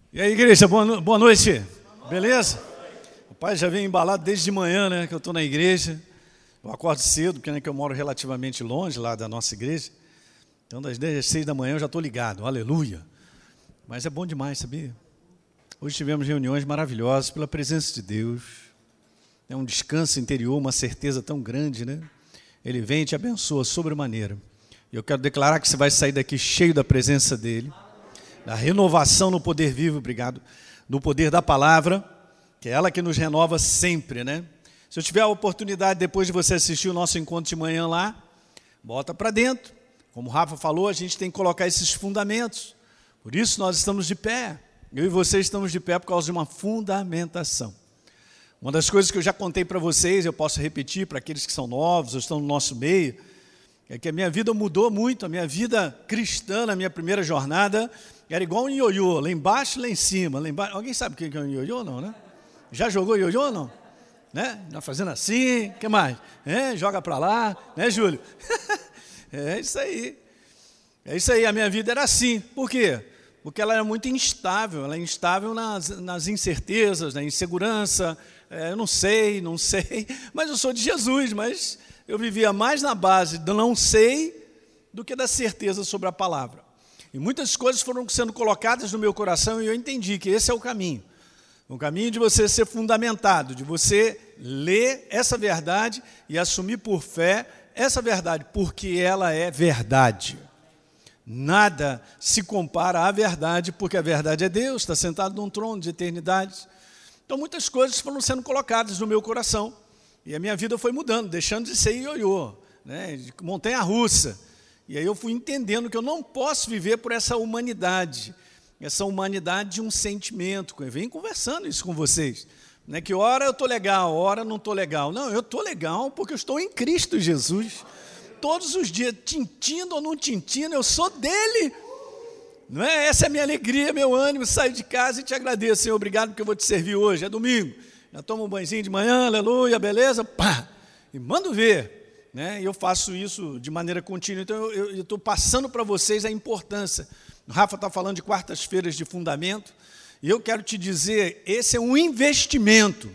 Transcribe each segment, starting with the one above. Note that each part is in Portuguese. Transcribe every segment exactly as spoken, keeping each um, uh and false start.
E aí, igreja, boa, no... boa noite, beleza? O pai já vem embalado desde de manhã, né, que eu estou na igreja. Eu acordo cedo, porque né, que eu moro relativamente longe lá da nossa igreja. Então, das dez às seis da manhã eu já estou ligado, aleluia. Mas é bom demais, sabia? Hoje tivemos reuniões maravilhosas pela presença de Deus. É um descanso interior, uma certeza tão grande, né? Ele vem e te abençoa sobremaneira. E eu quero declarar que você vai sair daqui cheio da presença dEle, da renovação no poder vivo, obrigado, no poder da palavra, que é ela que nos renova sempre, né? Se eu tiver a oportunidade, depois de você assistir o nosso encontro de manhã lá, bota para dentro. Como o Rafa falou, a gente tem que colocar esses fundamentos. Por isso nós estamos de pé. Eu e você estamos de pé por causa de uma fundamentação. Uma das coisas que eu já contei para vocês, eu posso repetir para aqueles que são novos ou estão no nosso meio, é que a minha vida mudou muito. A minha vida cristã, na minha primeira jornada, era igual um ioiô, lá embaixo e lá em cima. Lá embaixo. Alguém sabe o que é um ioiô, não, né? Já jogou ioiô, não? Né? Fazendo assim, o que mais? É, joga para lá, né, Júlio? É isso aí. É isso aí, a minha vida era assim. Por quê? Porque ela era muito instável. Ela é instável nas, nas incertezas, na insegurança. É, eu não sei, não sei, mas eu sou de Jesus, mas eu vivia mais na base do não sei do que da certeza sobre a palavra. E muitas coisas foram sendo colocadas no meu coração e eu entendi que esse é o caminho. O caminho de você ser fundamentado, de você ler essa verdade e assumir por fé essa verdade, porque ela é verdade. Nada se compara à verdade, porque a verdade é Deus, está sentado num trono de eternidade. Então muitas coisas foram sendo colocadas no meu coração. E a minha vida foi mudando, deixando de ser ioiô, né, de montanha-russa. E aí eu fui entendendo que eu não posso viver por essa humanidade. Essa humanidade de um sentimento. Eu venho conversando isso com vocês. Né, que hora eu estou legal, hora não estou legal. Não, eu estou legal porque eu estou em Cristo Jesus. Todos os dias, tintindo ou não tintindo, eu sou dele. Não é? Essa é a minha alegria, meu ânimo. Saio de casa e te agradeço, Senhor. Obrigado porque eu vou te servir hoje. É domingo. Já tomo um banhozinho de manhã, aleluia, beleza? Pá! E mando ver. Né? E eu faço isso de maneira contínua. Então, eu estou passando para vocês a importância. O Rafa está falando de quartas-feiras de fundamento. E eu quero te dizer, esse é um investimento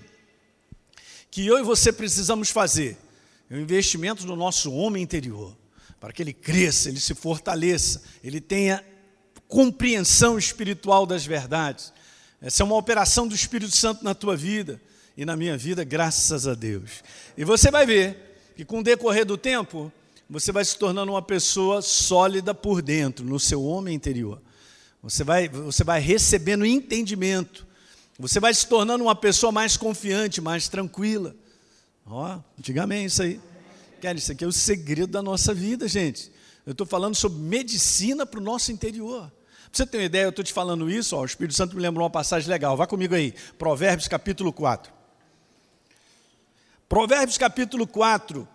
que eu e você precisamos fazer. É um investimento no nosso homem interior. Para que ele cresça, ele se fortaleça, ele tenha compreensão espiritual das verdades. Essa é uma operação do Espírito Santo na tua vida e na minha vida, graças a Deus. E você vai ver que com o decorrer do tempo, você vai se tornando uma pessoa sólida por dentro, no seu homem interior. Você vai, você vai recebendo entendimento. Você vai se tornando uma pessoa mais confiante, mais tranquila. Ó, diga amém isso aí. Cara, isso aqui é o segredo da nossa vida, gente. Eu estou falando sobre medicina para o nosso interior. Para você ter uma ideia, eu estou te falando isso, ó, o Espírito Santo me lembrou uma passagem legal. Vá comigo aí, Provérbios capítulo quatro. Provérbios capítulo quatro.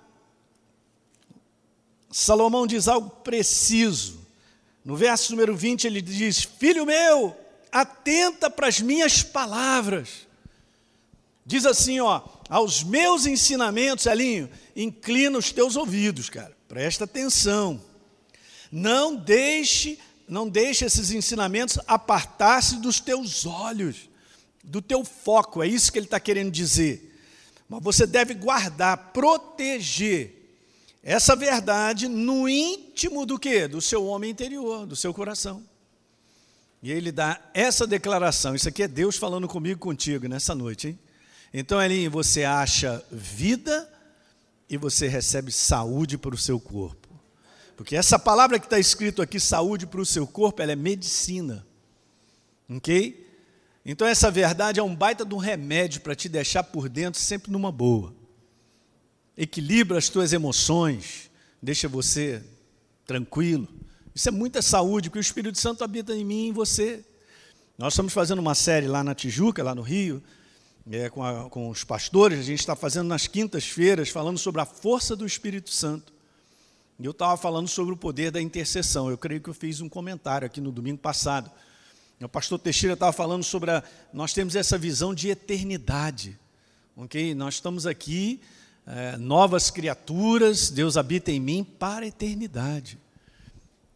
Salomão diz algo preciso. No verso número vinte ele diz: filho meu, atenta para as minhas palavras. Diz assim, ó, aos meus ensinamentos, Elinho, inclina os teus ouvidos, cara. Presta atenção. Não deixe, não deixe esses ensinamentos apartar-se dos teus olhos, do teu foco. É isso que ele está querendo dizer. Mas você deve guardar, proteger essa verdade no íntimo do quê? Do seu homem interior, do seu coração. E ele dá essa declaração. Isso aqui é Deus falando comigo e contigo nessa noite, hein? Então, Elinho, você acha vida e você recebe saúde para o seu corpo. Porque essa palavra que está escrito aqui, saúde para o seu corpo, ela é medicina. Ok? Então, essa verdade é um baita de um remédio para te deixar por dentro sempre numa boa. Equilibra as tuas emoções, deixa você tranquilo. Isso é muita saúde, porque o Espírito Santo habita em mim e em você. Nós estamos fazendo uma série lá na Tijuca, lá no Rio, é, com, a, com os pastores. A gente está fazendo nas quintas-feiras, falando sobre a força do Espírito Santo. E eu estava falando sobre o poder da intercessão. Eu creio que eu fiz um comentário aqui no domingo passado. O pastor Teixeira estava falando sobre a... Nós temos essa visão de eternidade. Okay? Nós estamos aqui, é, novas criaturas, Deus habita em mim para a eternidade.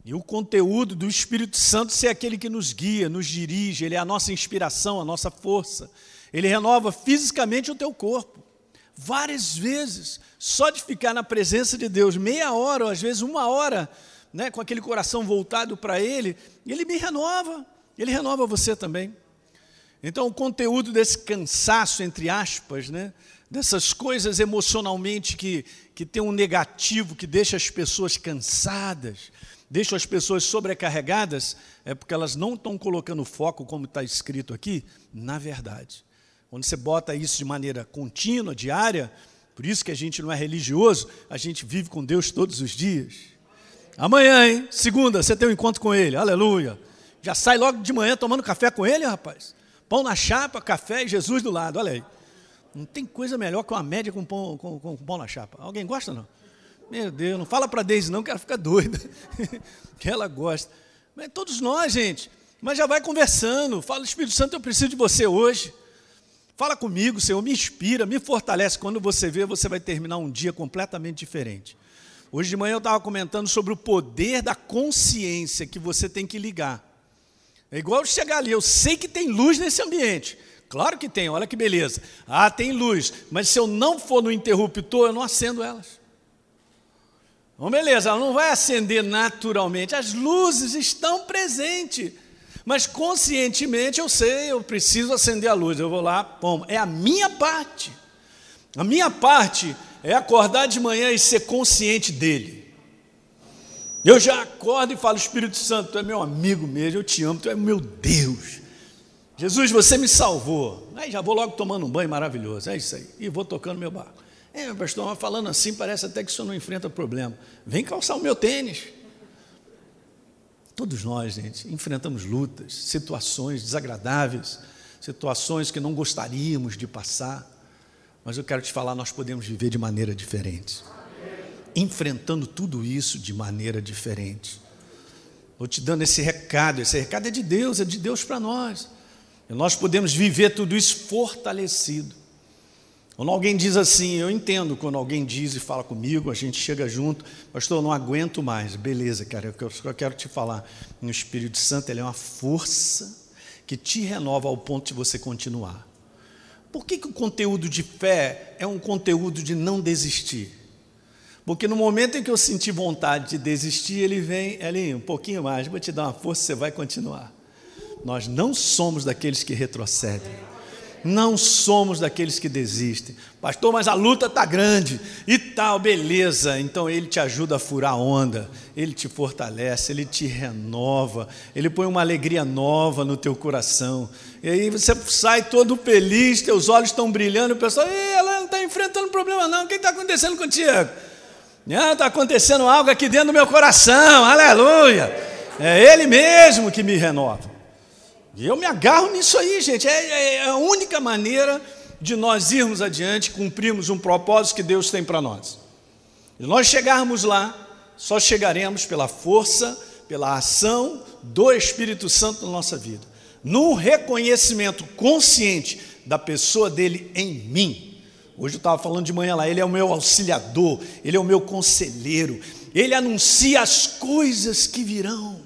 E o conteúdo do Espírito Santo ser aquele que nos guia, nos dirige, ele é a nossa inspiração, a nossa força. Ele renova fisicamente o teu corpo. Várias vezes, só de ficar na presença de Deus, meia hora, ou às vezes uma hora, né, com aquele coração voltado para Ele, Ele me renova, Ele renova você também. Então, o conteúdo desse cansaço, entre aspas, né, dessas coisas emocionalmente que, que tem um negativo, que deixa as pessoas cansadas, deixa as pessoas sobrecarregadas, é porque elas não estão colocando foco, como está escrito aqui, na verdade. Quando você bota isso de maneira contínua, diária, por isso que a gente não é religioso, a gente vive com Deus todos os dias. Amanhã, hein? Segunda, você tem um encontro com Ele, aleluia. Já sai logo de manhã tomando café com Ele, rapaz. Pão na chapa, café e Jesus do lado, olha aí. Não tem coisa melhor que uma média com pão, com, com, com pão na chapa. Alguém gosta, não? Meu Deus, não fala para Deise não, que ela fica doida. Que ela gosta. Mas todos nós, gente. Mas já vai conversando. Fala, Espírito Santo, eu preciso de você hoje. Fala comigo, Senhor, me inspira, me fortalece. Quando você vê, você vai terminar um dia completamente diferente. Hoje de manhã eu estava comentando sobre o poder da consciência que você tem que ligar. É igual chegar ali, eu sei que tem luz nesse ambiente. Claro que tem, olha que beleza. Ah, tem luz, mas se eu não for no interruptor, eu não acendo elas. Então, beleza, ela não vai acender naturalmente. As luzes estão presentes. Mas conscientemente eu sei, eu preciso acender a luz. Eu vou lá, pum, é a minha parte. A minha parte é acordar de manhã e ser consciente dele. Eu já acordo e falo, Espírito Santo, tu é meu amigo mesmo, eu te amo, tu é meu Deus. Jesus, você me salvou. Aí já vou logo tomando um banho maravilhoso, é isso aí. E vou tocando meu barco. É, pastor, mas falando assim, parece até que o senhor não enfrenta problema. Vem calçar o meu tênis. Todos nós, gente, enfrentamos lutas, situações desagradáveis, situações que não gostaríamos de passar, mas eu quero te falar, nós podemos viver de maneira diferente, enfrentando tudo isso de maneira diferente. Estou te dando esse recado, esse recado é de Deus, é de Deus para nós, e nós podemos viver tudo isso fortalecido. Quando alguém diz assim, eu entendo quando alguém diz e fala comigo, a gente chega junto, pastor, eu não aguento mais, beleza, cara, eu só quero te falar, o Espírito Santo, ele é uma força que te renova ao ponto de você continuar. Por que que o conteúdo de fé é um conteúdo de não desistir? Porque no momento em que eu senti vontade de desistir, ele vem, ali, um pouquinho mais, vou te dar uma força, você vai continuar. Nós não somos daqueles que retrocedem. Não somos daqueles que desistem. Pastor, mas a luta está grande e tal, beleza. Então Ele te ajuda a furar a onda, Ele te fortalece, Ele te renova, Ele põe uma alegria nova no teu coração. E aí você sai todo feliz, teus olhos estão brilhando, o pessoal, ela não está enfrentando problema não, o que está acontecendo contigo? Está acontecendo algo aqui dentro do meu coração, aleluia. É Ele mesmo que me renova. E eu me agarro nisso aí, gente. É, é a única maneira de nós irmos adiante, cumprirmos um propósito que Deus tem para nós. Se nós chegarmos lá, só chegaremos pela força, pela ação do Espírito Santo na nossa vida. Num reconhecimento consciente da pessoa dele em mim. Hoje eu estava falando de manhã lá, ele é o meu auxiliador, ele é o meu conselheiro, ele anuncia as coisas que virão.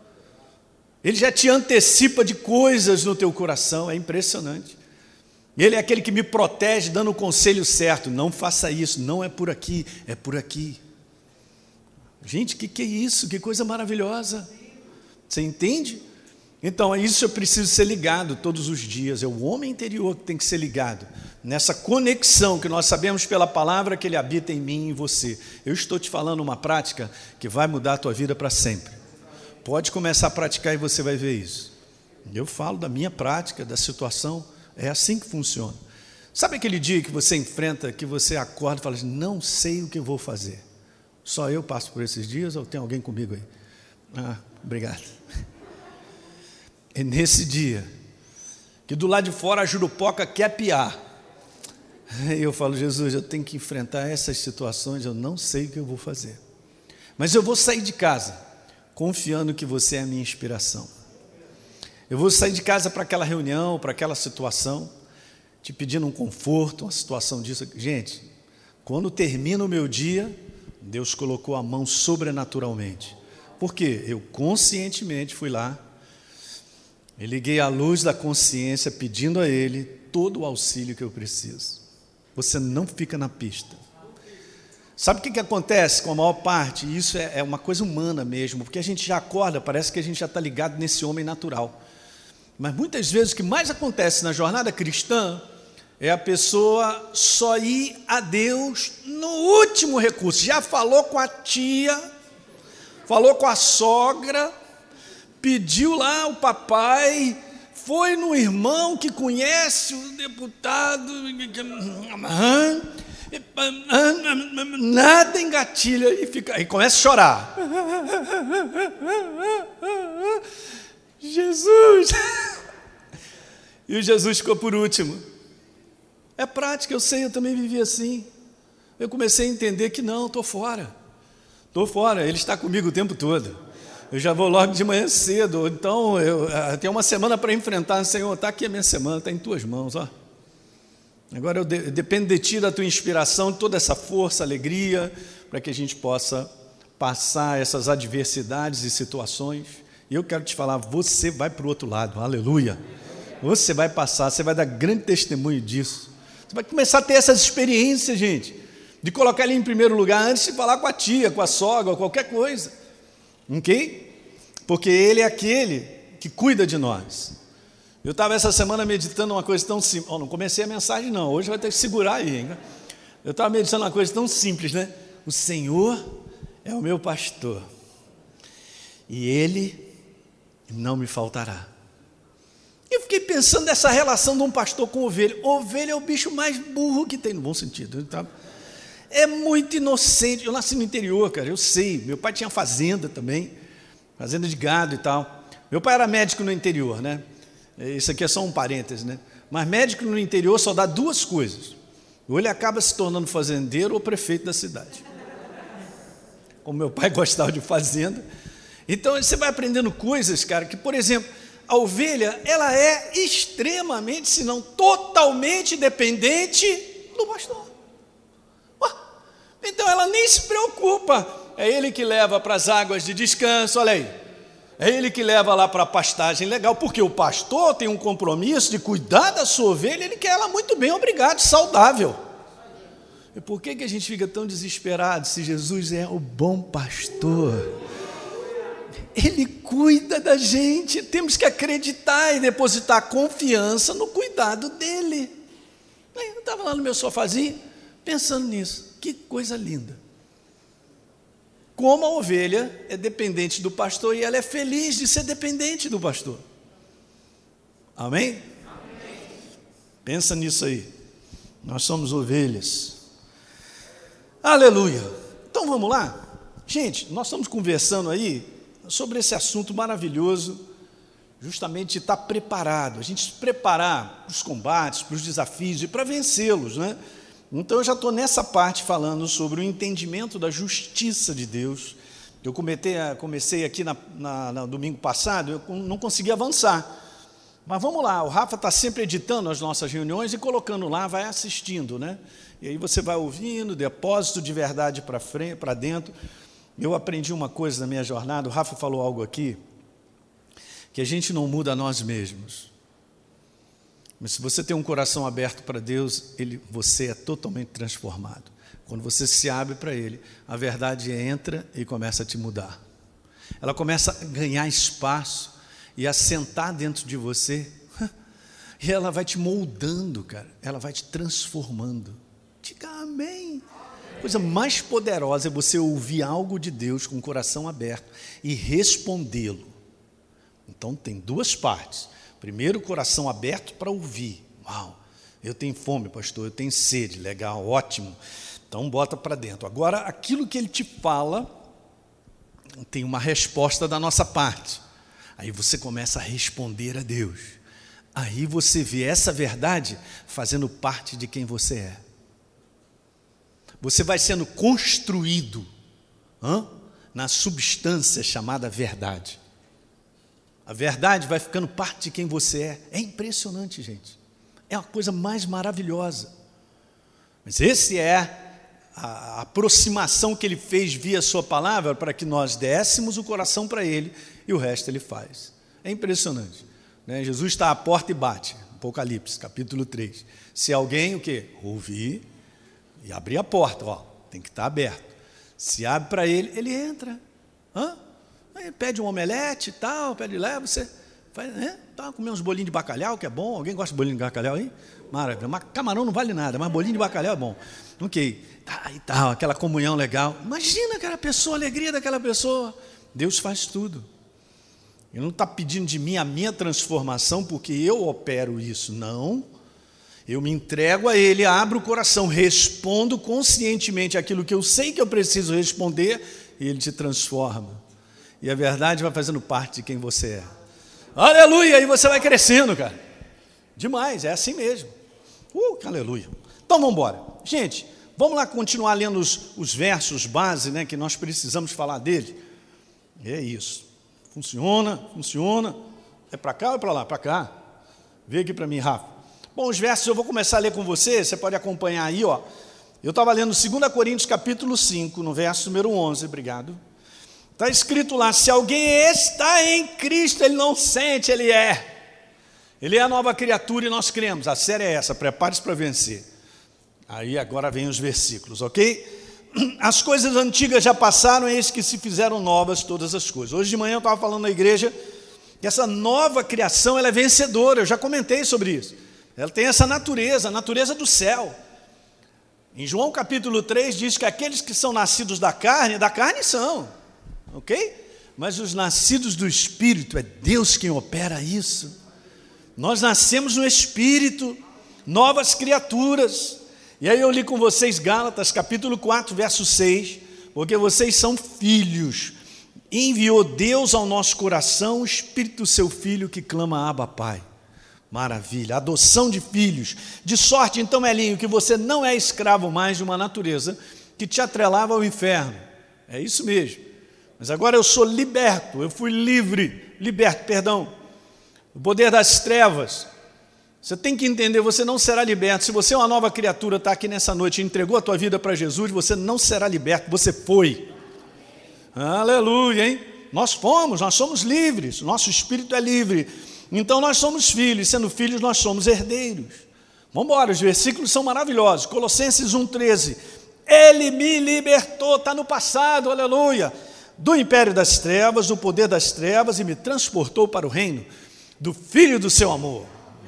Ele já te antecipa de coisas no teu coração, é impressionante. Ele é aquele que me protege, dando o conselho certo. Não faça isso, não é por aqui, é por aqui. Gente, o que, que é isso? Que coisa maravilhosa. Você entende? Então, é isso, eu preciso ser ligado todos os dias. É o homem interior que tem que ser ligado. Nessa conexão que nós sabemos pela palavra que Ele habita em mim e em você. Eu estou te falando uma prática que vai mudar a tua vida para sempre. Pode começar a praticar e você vai ver isso. Eu falo da minha prática, da situação, é assim que funciona. Sabe aquele dia que você enfrenta, que você acorda e fala assim, não sei o que eu vou fazer. Só eu passo por esses dias ou tem alguém comigo aí? Ah, obrigado. É nesse dia que do lado de fora a jurupoca quer piar. E eu falo, Jesus, eu tenho que enfrentar essas situações, eu não sei o que eu vou fazer. Mas eu vou sair de casa confiando que você é a minha inspiração. Eu vou sair de casa para aquela reunião, para aquela situação, te pedindo um conforto, uma situação disso. Gente, quando termina o meu dia, Deus colocou a mão sobrenaturalmente. Por quê? Eu conscientemente fui lá e liguei a luz da consciência pedindo a Ele todo o auxílio que eu preciso. Você não fica na pista. Sabe o que, que acontece com a maior parte? E isso é, é uma coisa humana mesmo, porque a gente já acorda, parece que a gente já está ligado nesse homem natural. Mas muitas vezes o que mais acontece na jornada cristã é a pessoa só ir a Deus no último recurso. Já falou com a tia, falou com a sogra, pediu lá o papai, foi no irmão que conhece o deputado, nada engatilha e, fica, e começa a chorar. Jesus! E o Jesus ficou por último. É prática, eu sei, eu também vivi assim. Eu comecei a entender que não, estou fora. Estou fora, Ele está comigo o tempo todo. Eu já vou logo de manhã cedo, então eu tenho uma semana para enfrentar. Senhor, está aqui a minha semana, está em tuas mãos. Ó. Agora eu, de, eu dependo de Ti, da Tua inspiração, toda essa força, alegria, para que a gente possa passar essas adversidades e situações. E eu quero te falar, você vai para o outro lado, aleluia. Você vai passar, você vai dar grande testemunho disso. Você vai começar a ter essas experiências, gente, de colocar Ele em primeiro lugar antes de falar com a tia, com a sogra, qualquer coisa. Ok? Porque Ele é aquele que cuida de nós. Eu estava essa semana meditando uma coisa tão simples. Oh, não comecei a mensagem não, hoje vai ter que segurar aí, hein? Eu estava meditando uma coisa tão simples, né? O Senhor é o meu pastor e Ele não me faltará. Eu fiquei pensando nessa relação de um pastor com ovelha. Ovelha é o bicho mais burro que tem, no bom sentido, tá? É muito inocente. Eu nasci no interior, cara, eu sei. Meu pai tinha fazenda também, fazenda de gado e tal. Meu pai era médico no interior, né? Isso aqui é só um parêntese, né? Mas médico no interior só dá duas coisas. Ou ele acaba se tornando fazendeiro ou prefeito da cidade. Como meu pai gostava de fazenda. Então você vai aprendendo coisas, cara, que, por exemplo, a ovelha, ela é extremamente, se não totalmente dependente do pastor. Então ela nem se preocupa, é Ele que leva para as águas de descanso, olha aí, é Ele que leva lá para a pastagem legal, porque o pastor tem um compromisso de cuidar da sua ovelha, ele quer ela muito bem, obrigado, saudável. E por que, que a gente fica tão desesperado se Jesus é o bom pastor? Ele cuida da gente, temos que acreditar e depositar confiança no cuidado dEle. Eu estava lá no meu sofazinho, pensando nisso. Que coisa linda. Como a ovelha é dependente do pastor e ela é feliz de ser dependente do pastor. Amém? Amém. Pensa nisso aí. Nós somos ovelhas. Aleluia. Então vamos lá? Gente, nós estamos conversando aí sobre esse assunto maravilhoso, justamente de estar preparado, a gente se preparar para os combates, para os desafios e para vencê-los, né? Então eu já estou nessa parte falando sobre o entendimento da justiça de Deus. Eu comecei, comecei aqui na, na, no domingo passado, eu não consegui avançar. Mas vamos lá, o Rafa está sempre editando as nossas reuniões e colocando lá, vai assistindo, né? E aí você vai ouvindo, depósito de verdade para frente, para dentro. Eu aprendi uma coisa na minha jornada, o Rafa falou algo aqui, que a gente não muda a nós mesmos. Mas se você tem um coração aberto para Deus, ele, você é totalmente transformado. Quando você se abre para Ele, a verdade entra e começa a te mudar. Ela começa a ganhar espaço e a sentar dentro de você. E ela vai te moldando, cara. Ela vai te transformando. Diga amém. A coisa mais poderosa é você ouvir algo de Deus com o coração aberto e respondê-lo. Então tem duas partes. Primeiro, o coração aberto para ouvir. Uau, eu tenho fome, pastor, eu tenho sede. Legal, ótimo. Então bota para dentro. Agora, aquilo que ele te fala, tem uma resposta da nossa parte. Aí você começa a responder a Deus. Aí você vê essa verdade fazendo parte de quem você é. Você vai sendo construído hã? na substância chamada verdade. A verdade vai ficando parte de quem você é. É impressionante, gente. É a coisa mais maravilhosa. Mas esse é a aproximação que ele fez via sua palavra para que nós dessemos o coração para ele e o resto ele faz. É impressionante, né? Jesus está à porta e bate, Apocalipse, capítulo três. Se alguém, o quê? Ouvir e abrir a porta, ó, tem que estar aberto. Se abre para ele, ele entra. Hã? Aí pede um omelete e tal, pede lá, você faz, né? Tá, comer uns bolinhos de bacalhau, que é bom. Alguém gosta de bolinho de bacalhau aí? Maravilha. Mas camarão não vale nada, mas bolinho de bacalhau é bom. Ok. Tá, e tal, aquela comunhão legal. Imagina aquela pessoa, a alegria daquela pessoa. Deus faz tudo. Ele não está pedindo de mim a minha transformação porque eu opero isso, não. Eu me entrego a Ele, abro o coração, respondo conscientemente aquilo que eu sei que eu preciso responder e Ele te transforma. E a verdade vai fazendo parte de quem você é. Aleluia! E você vai crescendo, cara. Demais, é assim mesmo. Uh, aleluia. Então vamos embora. Gente, vamos lá continuar lendo os, os versos base, né, que nós precisamos falar dele. É isso. Funciona, funciona. É para cá ou é para lá? Para cá. Vê aqui para mim, Rafa. Bom, os versos eu vou começar a ler com você, você pode acompanhar aí, ó. Eu estava lendo dois Coríntios capítulo cinco, no verso número onze, obrigado. Está escrito lá, se alguém está em Cristo, ele não sente, ele é. Ele é a nova criatura e nós cremos. A série é essa, prepare-se para vencer. Aí agora vem os versículos, ok? As coisas antigas já passaram, eis que se fizeram novas todas as coisas. Hoje de manhã eu estava falando na igreja que essa nova criação ela é vencedora, eu já comentei sobre isso. Ela tem essa natureza, a natureza do céu. Em João capítulo três diz que aqueles que são nascidos da carne, da carne são, ok? Mas os nascidos do Espírito, é Deus quem opera isso. Nós nascemos no Espírito, novas criaturas. E aí eu li com vocês Gálatas capítulo quatro, verso seis, porque vocês são filhos. Enviou Deus ao nosso coração o Espírito do seu Filho que clama Abba, Pai. Maravilha, adoção de filhos. De sorte, então, Elinho, que você não é escravo mais de uma natureza que te atrelava ao inferno. É isso mesmo. Mas agora eu sou liberto, eu fui livre, liberto, perdão, do poder das trevas. Você tem que entender, você não será liberto. Se você é uma nova criatura, está aqui nessa noite e entregou a tua vida para Jesus, você não será liberto, você foi. Aleluia, hein? Nós fomos, nós somos livres, nosso espírito é livre. Então nós somos filhos, sendo filhos nós somos herdeiros. Vamos embora, os versículos são maravilhosos. Colossenses um, treze. Ele me libertou, está no passado, aleluia, do império das trevas, do poder das trevas, e me transportou para o reino do Filho do seu amor.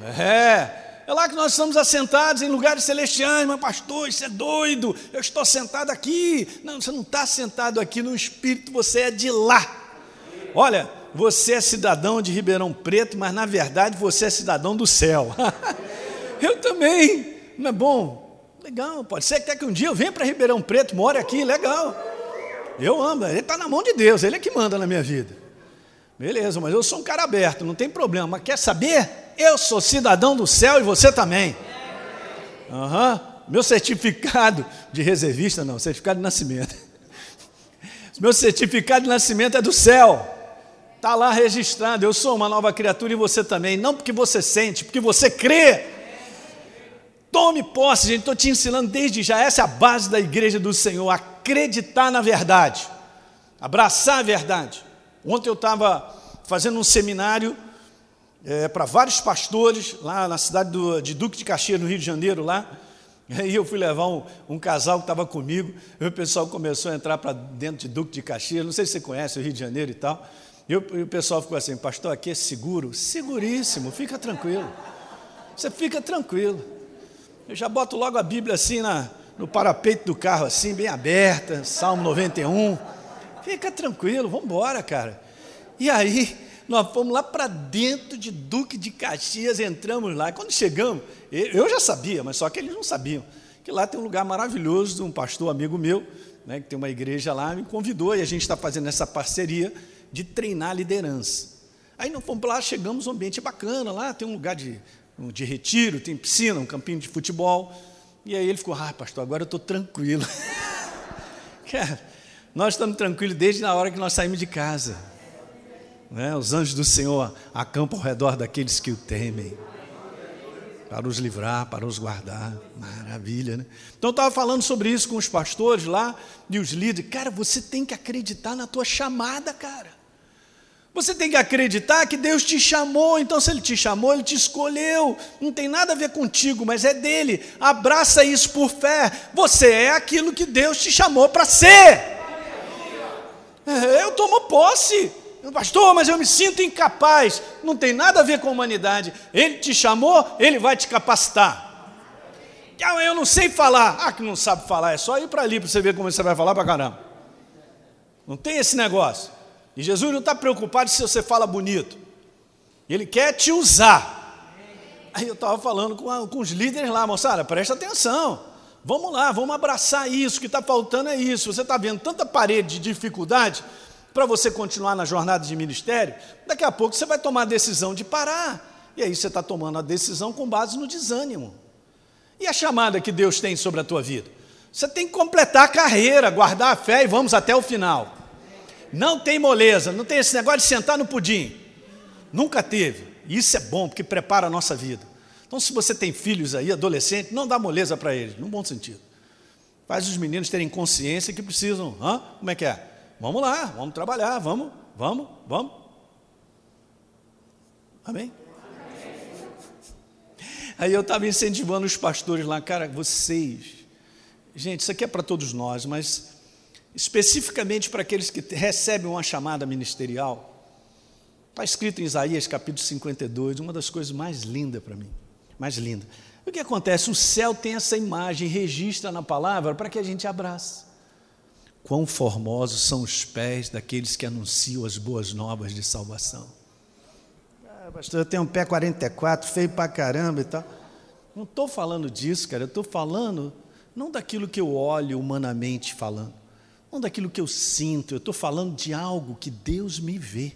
É, é lá que nós estamos assentados em lugares celestiais. Mas pastor, isso é doido, eu estou sentado aqui. Não, você não está sentado aqui no Espírito, você é de lá. Olha, você é cidadão de Ribeirão Preto, mas na verdade você é cidadão do céu. Eu também, não é bom? Legal, pode ser que até que um dia eu venha para Ribeirão Preto, more aqui, legal. Eu amo, ele está na mão de Deus, ele é que manda na minha vida. Beleza, mas eu sou um cara aberto, não tem problema. Mas quer saber? Eu sou cidadão do céu e você também. Uhum. Meu certificado de reservista, não, certificado de nascimento. Meu certificado de nascimento é do céu. Está lá registrado, eu sou uma nova criatura e você também. Não porque você sente, porque você crê. Tome posse, gente, estou te ensinando desde já. Essa é a base da igreja do Senhor, acreditar na verdade, abraçar a verdade. Ontem eu estava fazendo um seminário é, para vários pastores, lá na cidade do, de Duque de Caxias, no Rio de Janeiro, lá. Aí eu fui levar um, um casal que estava comigo, e o pessoal começou a entrar para dentro de Duque de Caxias, não sei se você conhece o Rio de Janeiro e tal, e o, e o pessoal ficou assim, pastor, aqui é seguro? Seguríssimo, fica tranquilo, você fica tranquilo. Eu já boto logo a Bíblia assim na, no parapeito do carro, assim, bem aberta, Salmo noventa e um, fica tranquilo, vamos embora, cara. E aí, nós fomos lá para dentro de Duque de Caxias, entramos lá, e quando chegamos, eu já sabia, mas só que eles não sabiam, que lá tem um lugar maravilhoso de um pastor amigo meu, né, que tem uma igreja lá, me convidou, e a gente está fazendo essa parceria de treinar a liderança. Aí nós fomos lá, chegamos, um ambiente bacana, lá tem um lugar de, de retiro, tem piscina, um campinho de futebol, e aí ele ficou, ah, pastor, agora eu estou tranquilo. Cara, nós estamos tranquilos desde a hora que nós saímos de casa. Né? Os anjos do Senhor acampam ao redor daqueles que o temem. para nos livrar, para nos guardar. Maravilha, né? Então eu estava falando sobre isso com os pastores lá e os líderes. Cara, você tem que acreditar na tua chamada, cara. Você tem que acreditar que Deus te chamou. Então se Ele te chamou, Ele te escolheu. Não tem nada a ver contigo, mas é dele. Abraça isso por fé. Você é aquilo que Deus te chamou para ser. Eu tomo posse. Pastor, mas eu me sinto incapaz. Não tem nada a ver com a humanidade. Ele te chamou, Ele vai te capacitar. Ah, eu não sei falar. Ah, que não sabe falar, é só ir para ali para você ver como você vai falar para caramba. Não tem esse negócio. E Jesus não está preocupado se você fala bonito. Ele quer te usar. Aí eu estava falando com, a, com os líderes lá, moçada, presta atenção. Vamos lá, vamos abraçar isso, o que está faltando é isso. Você está vendo tanta parede de dificuldade para você continuar na jornada de ministério, daqui a pouco você vai tomar a decisão de parar. E aí você está tomando a decisão com base no desânimo. E a chamada que Deus tem sobre a tua vida? Você tem que completar a carreira, guardar a fé e vamos até o final. Não tem moleza, não tem esse negócio de sentar no pudim. Nunca teve. E isso é bom, porque prepara a nossa vida. Então, se você tem filhos aí, adolescentes, não dá moleza para eles, num bom sentido. Faz os meninos terem consciência que precisam. Hã? Como é que é? Vamos lá, vamos trabalhar, vamos, vamos, vamos. Amém? Aí eu estava incentivando os pastores lá, cara, vocês... Gente, isso aqui é para todos nós, mas... especificamente para aqueles que recebem uma chamada ministerial, está escrito em Isaías capítulo cinquenta e dois, uma das coisas mais lindas para mim, mais linda. O que acontece? O céu tem essa imagem, registra na palavra para que a gente abrace. Quão formosos são os pés daqueles que anunciam as boas novas de salvação. Ah, pastor, eu tenho um pé quarenta e quatro, feio pra caramba e tal. Não estou falando disso, cara, eu estou falando não daquilo que eu olho humanamente falando, não daquilo que eu sinto, eu estou falando de algo que Deus me vê.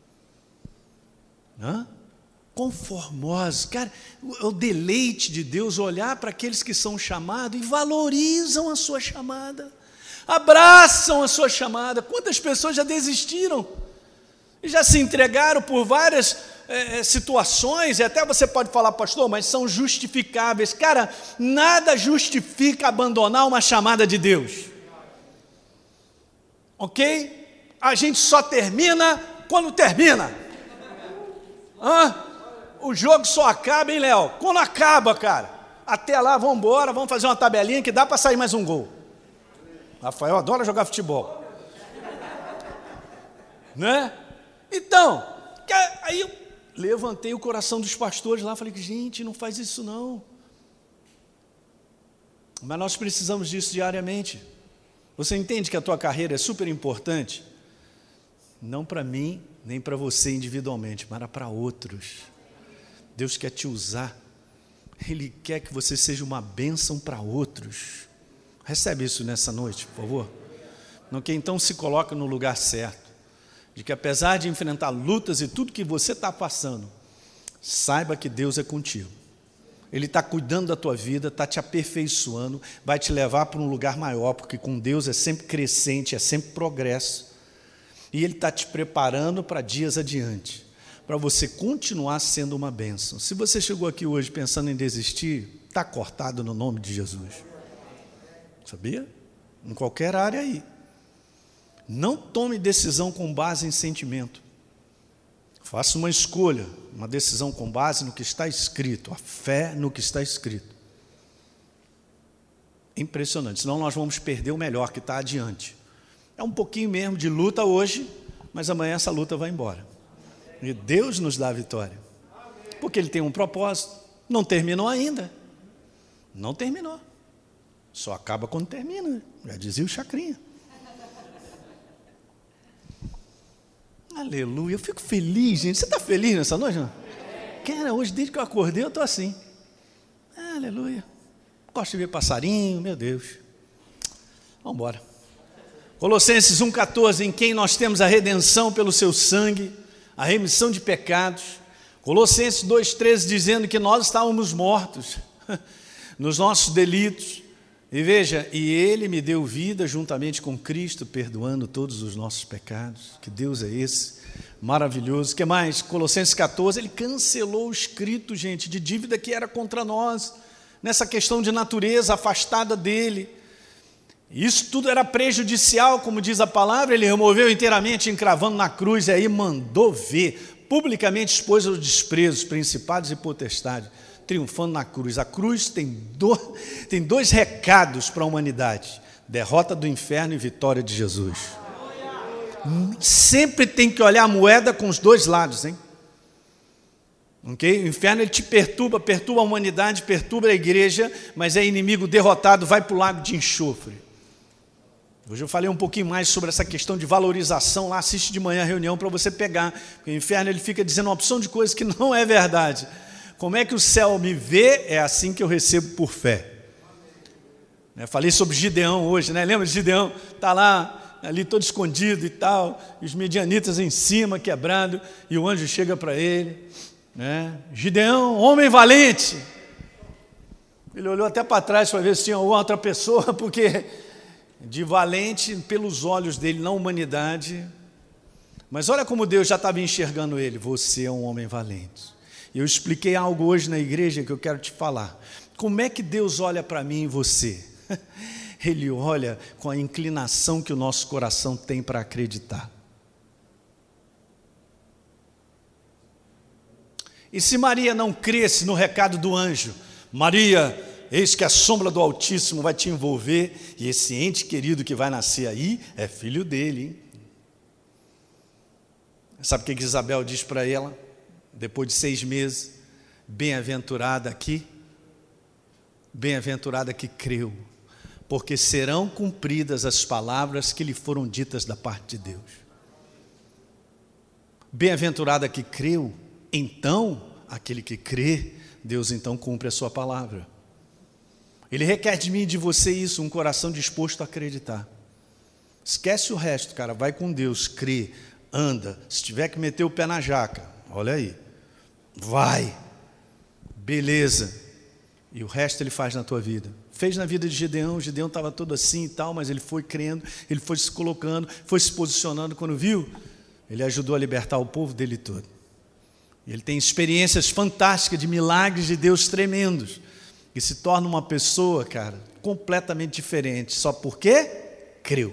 Hã? Conformosos, cara, o, o deleite de Deus olhar para aqueles que são chamados e valorizam a sua chamada, abraçam a sua chamada. Quantas pessoas já desistiram, e já se entregaram por várias é, situações, e até você pode falar, pastor, mas são justificáveis. Cara, nada justifica abandonar uma chamada de Deus. Ok? A gente só termina quando termina. Hã? O jogo só acaba, hein, Léo? Quando acaba, cara. Até lá, vamos embora, vamos fazer uma tabelinha que dá para sair mais um gol. Rafael adora jogar futebol. Né? Então, aí eu levantei o coração dos pastores lá, falei, gente, não faz isso não. Mas nós precisamos disso diariamente. Você entende que a tua carreira é super importante? Não para mim, nem para você individualmente, mas para outros. Deus quer te usar. Ele quer que você seja uma bênção para outros. Recebe isso nessa noite, por favor. Não que então se coloque no lugar certo. De que apesar de enfrentar lutas e tudo que você está passando, saiba que Deus é contigo. Ele está cuidando da tua vida, está te aperfeiçoando, vai te levar para um lugar maior, porque com Deus é sempre crescente, é sempre progresso. E Ele está te preparando para dias adiante, para você continuar sendo uma bênção. Se você chegou aqui hoje pensando em desistir, está cortado no nome de Jesus. Sabia? Em qualquer área aí. Não tome decisão com base em sentimento. Faça uma escolha, uma decisão com base no que está escrito, a fé no que está escrito. Impressionante, senão nós vamos perder o melhor que está adiante. É um pouquinho mesmo de luta hoje, mas amanhã essa luta vai embora. E Deus nos dá a vitória. Porque Ele tem um propósito. Não terminou ainda. Não terminou. Só acaba quando termina. Já dizia o Chacrinha. Aleluia. Eu fico feliz, gente. Você está feliz nessa noite? Não? Cara, hoje desde que eu acordei eu estou assim. Aleluia. Gosto de ver passarinho, meu Deus. Vamos embora. Colossenses um, catorze, em quem nós temos a redenção pelo seu sangue, a remissão de pecados. Colossenses dois, treze, dizendo que nós estávamos mortos nos nossos delitos. E veja, e Ele me deu vida juntamente com Cristo, perdoando todos os nossos pecados. Que Deus é esse? Maravilhoso. O que mais? Colossenses catorze, ele cancelou o escrito, gente, de dívida que era contra nós, nessa questão de natureza afastada dele. Isso tudo era prejudicial, como diz a palavra, ele removeu inteiramente, encravando na cruz, e aí mandou ver, publicamente expôs aos desprezos, principados e potestades, triunfando na cruz. A cruz tem, do, tem dois recados para a humanidade: derrota do inferno e vitória de Jesus. Sempre tem que olhar a moeda com os dois lados, hein? Okay? O inferno ele te perturba, perturba a humanidade, perturba a igreja, mas é inimigo derrotado, vai para o lago de enxofre. Hoje eu falei um pouquinho mais sobre essa questão de valorização, lá assiste de manhã a reunião para você pegar, porque o inferno ele fica dizendo uma opção de coisas que não é verdade. Como é que o céu me vê? É assim que eu recebo por fé. Eu falei sobre Gideão hoje, né? Lembra de Gideão? Está lá, ali todo escondido e tal, e os midianitas em cima, quebrado, e o anjo chega para ele, né? Gideão, homem valente. Ele olhou até para trás para ver se tinha outra pessoa, porque de valente pelos olhos dele, na humanidade. Mas olha como Deus já estava enxergando ele. Você é um homem valente. Eu expliquei algo hoje na igreja que eu quero te falar. Como é que Deus olha para mim e você? Ele olha com a inclinação que o nosso coração tem para acreditar. E se Maria não cresce no recado do anjo, Maria, eis que a sombra do Altíssimo vai te envolver, e esse ente querido que vai nascer aí é filho dele, hein? Sabe o que Isabel diz para ela? Depois de seis meses, bem-aventurada aqui, bem-aventurada que creu, porque serão cumpridas as palavras que lhe foram ditas da parte de Deus. Bem-aventurada que creu, então, aquele que crê, Deus então cumpre a sua palavra. Ele requer de mim e de você isso, um coração disposto a acreditar. Esquece o resto, cara, vai com Deus, crê, anda. Se tiver que meter o pé na jaca, olha aí, vai, beleza. E o resto ele faz na tua vida. Fez na vida de Gideão, Gideão estava todo assim e tal, mas ele foi crendo, ele foi se colocando, foi se posicionando. Quando viu, ele ajudou a libertar o povo dele todo. Ele tem experiências fantásticas de milagres de Deus tremendos, e se torna uma pessoa, cara, completamente diferente, só porque creu.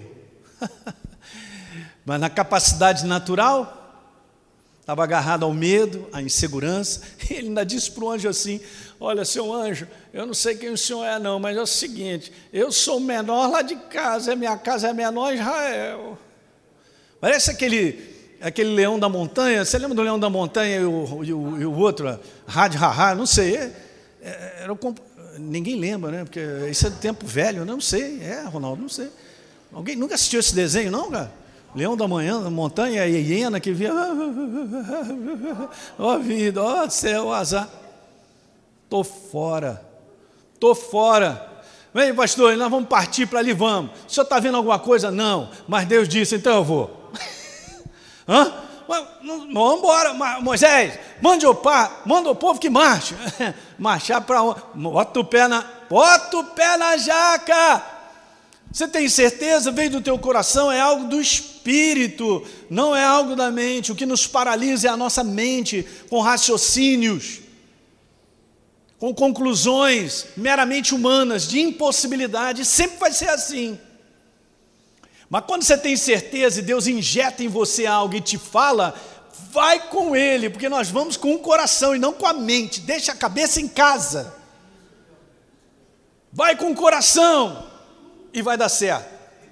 Mas na capacidade natural, estava agarrado ao medo, à insegurança. Ele ainda disse para o anjo assim: olha, seu anjo, eu não sei quem o senhor é não, mas é o seguinte, eu sou o menor lá de casa, a minha casa é menor em Israel. Parece aquele, aquele leão da montanha. Você lembra do leão da montanha e o, e o, e o outro, Had Haha, não sei, é, é, era o, ninguém lembra, né? Porque isso é do tempo velho, não sei, é, Ronaldo, não sei. Alguém nunca assistiu esse desenho não, cara? Leão da manhã, da montanha, a hiena que via, ó vida, ó céu, ó azar. Estou fora, estou fora. Vem, pastor, nós vamos partir para ali, vamos. O senhor está vendo alguma coisa? Não, mas Deus disse, então eu vou. Hã? Vamos embora, Moisés, mande o, pá, manda o povo que marche. Marchar para onde? Bota o pé na, bota o pé na jaca. Você tem certeza? Veio do teu coração, é algo do espírito, não é algo da mente. O que nos paralisa é a nossa mente, com raciocínios, com conclusões meramente humanas, de impossibilidade. Sempre vai ser assim. Mas quando você tem certeza e Deus injeta em você algo e te fala, vai com Ele, porque nós vamos com o coração e não com a mente. Deixa a cabeça em casa. Vai com o coração e vai dar certo.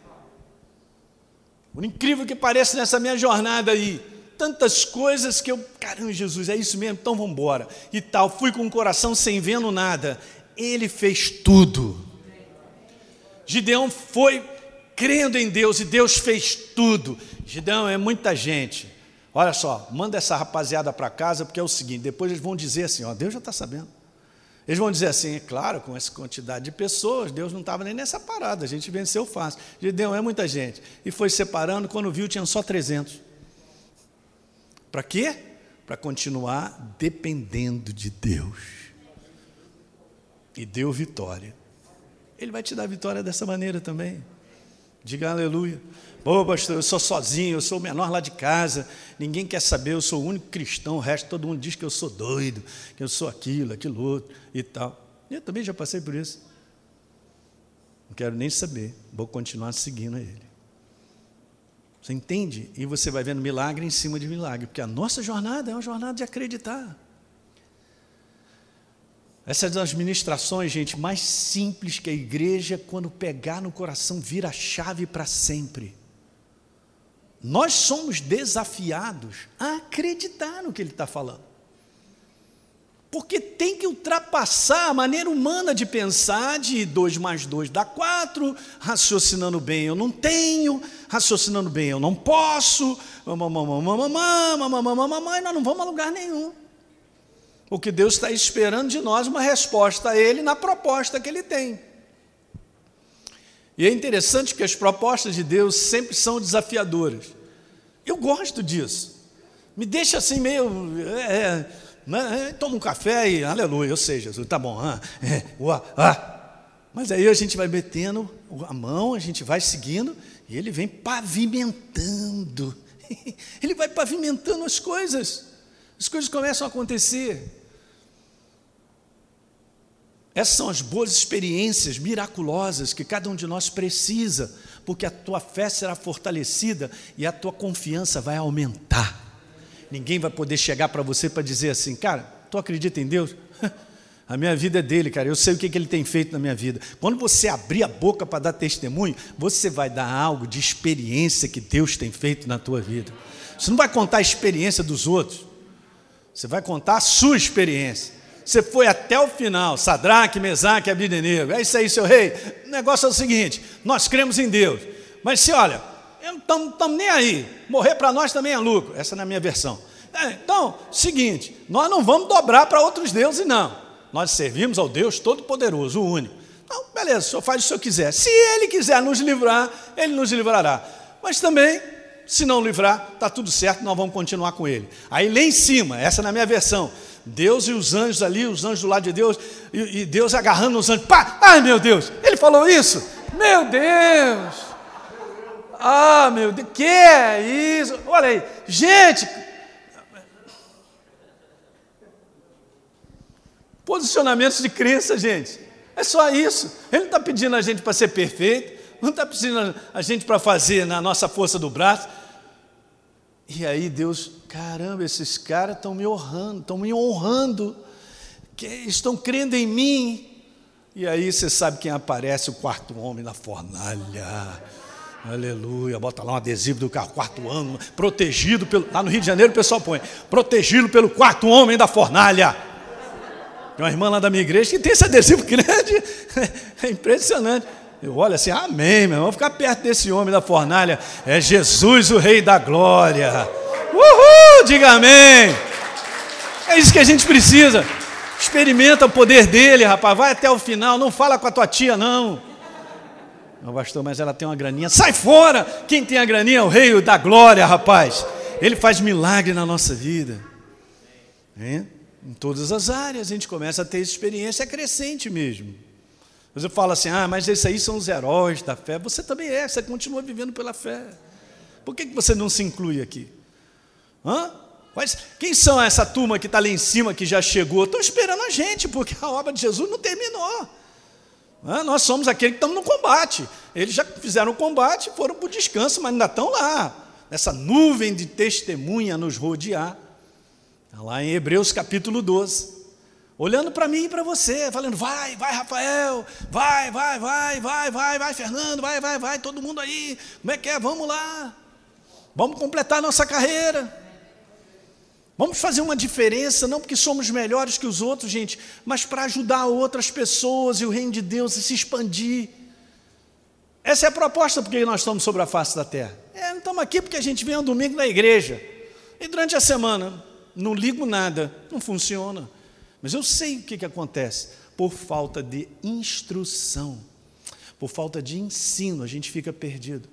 Por incrível que pareça, nessa minha jornada aí, tantas coisas que eu, caramba, Jesus, é isso mesmo, então vamos embora. E tal, fui com o coração sem vendo nada. Ele fez tudo. Gideão foi crendo em Deus e Deus fez tudo. Gideão, é muita gente. Olha só, manda essa rapaziada para casa, porque é o seguinte, depois eles vão dizer assim, ó, Deus já está sabendo. Eles vão dizer assim, é claro, com essa quantidade de pessoas, Deus não estava nem nessa parada, a gente venceu fácil. Gideão é muita gente. E foi separando, quando viu, tinham só trezentos. Para quê? Para continuar dependendo de Deus. E deu vitória. Ele vai te dar vitória dessa maneira também. Diga aleluia. Pô, pastor, eu sou sozinho, eu sou o menor lá de casa, ninguém quer saber, eu sou o único cristão, o resto todo mundo diz que eu sou doido, que eu sou aquilo, aquilo outro e tal. Eu também já passei por isso. Não quero nem saber, vou continuar seguindo ele. Você entende? E você vai vendo milagre em cima de milagre, porque a nossa jornada é uma jornada de acreditar. Essa é das ministrações, gente, mais simples que a igreja, quando pegar no coração, vira a chave para sempre. Nós somos desafiados a acreditar no que ele está falando. Porque tem que ultrapassar a maneira humana de pensar, de dois mais dois dá quatro, raciocinando bem eu não tenho, raciocinando bem eu não posso, mamãe, nós não vamos a lugar nenhum. O que Deus está esperando de nós, uma resposta a Ele na proposta que Ele tem. E é interessante que as propostas de Deus sempre são desafiadoras. Eu gosto disso. Me deixa assim meio... É, é, toma um café e aleluia, eu sei, Jesus, tá bom. Ah, é, uá, ah. Mas aí a gente vai metendo a mão, a gente vai seguindo, e Ele vem pavimentando. Ele vai pavimentando as coisas. As coisas começam a acontecer. Essas são as boas experiências miraculosas que cada um de nós precisa, porque a tua fé será fortalecida e a tua confiança vai aumentar. Ninguém vai poder chegar para você para dizer assim, cara, tu acredita em Deus? A minha vida é dele, cara, eu sei o que ele tem feito na minha vida. Quando você abrir a boca para dar testemunho, você vai dar algo de experiência que Deus tem feito na tua vida. Você não vai contar a experiência dos outros, você vai contar a sua experiência. Você foi até o final, Sadraque, Mesaque e Abdenego. É isso aí, seu rei. O negócio é o seguinte, nós cremos em Deus. Mas se olha, não estamos nem aí. Morrer para nós também é lucro. Essa não é a minha versão. É, então, seguinte, nós não vamos dobrar para outros deuses, não. Nós servimos ao Deus Todo-Poderoso, o único. Então, beleza, o senhor faz o que o senhor quiser. Se Ele quiser nos livrar, Ele nos livrará. Mas também, se não livrar, está tudo certo, nós vamos continuar com Ele. Aí lá em cima, essa é na minha versão, Deus e os anjos ali, os anjos do lado de Deus, e, e Deus agarrando os anjos. Pá! Ai, meu Deus, Ele falou isso? Meu Deus! Ah, meu Deus, que é isso? Olha aí, gente! Posicionamentos de crença, gente. É só isso. Ele não está pedindo a gente para ser perfeito, não está pedindo a gente para fazer na nossa força do braço. E aí Deus, caramba, esses caras estão me honrando, estão me honrando, que estão crendo em mim. E aí você sabe quem aparece? O quarto homem na fornalha. Aleluia, bota lá um adesivo do carro, quarto homem, protegido pelo... Lá no Rio de Janeiro o pessoal põe, protegido pelo quarto homem da fornalha. Tem uma irmã lá da minha igreja que tem esse adesivo grande, é impressionante. Eu olho assim, amém, meu irmão, vou ficar perto desse homem da fornalha, é Jesus, o Rei da Glória. Uhul, diga amém. É isso que a gente precisa. Experimenta o poder dele, rapaz, vai até o final, não fala com a tua tia, não. Não, pastor, mas ela tem uma graninha, sai fora. Quem tem a graninha é o Rei da Glória, rapaz. Ele faz milagre na nossa vida. É? Em todas as áreas a gente começa a ter essa experiência, é crescente mesmo. Você fala assim, ah, mas esses aí são os heróis da fé. Você também é, você continua vivendo pela fé. Por que você não se inclui aqui? Hã? Mas quem são essa turma que está lá em cima, que já chegou? Estão esperando a gente, porque a obra de Jesus não terminou. Hã? Nós somos aqueles que estamos no combate. Eles já fizeram o combate, foram para o descanso, mas ainda estão lá. Essa nuvem de testemunha nos rodear. Está lá em Hebreus capítulo doze. Olhando para mim e para você, falando, vai, vai Rafael, vai, vai, vai, vai, vai, vai Fernando, vai, vai, vai, todo mundo aí, como é que é? Vamos lá, vamos completar a nossa carreira, vamos fazer uma diferença, não porque somos melhores que os outros, gente, mas para ajudar outras pessoas e o reino de Deus a se expandir. Essa é a proposta porque nós estamos sobre a face da terra. É, não estamos aqui porque a gente vem um domingo na igreja, e durante a semana, não ligo nada, não funciona. Mas eu sei o que, que acontece. Por falta de instrução, por falta de ensino, a gente fica perdido.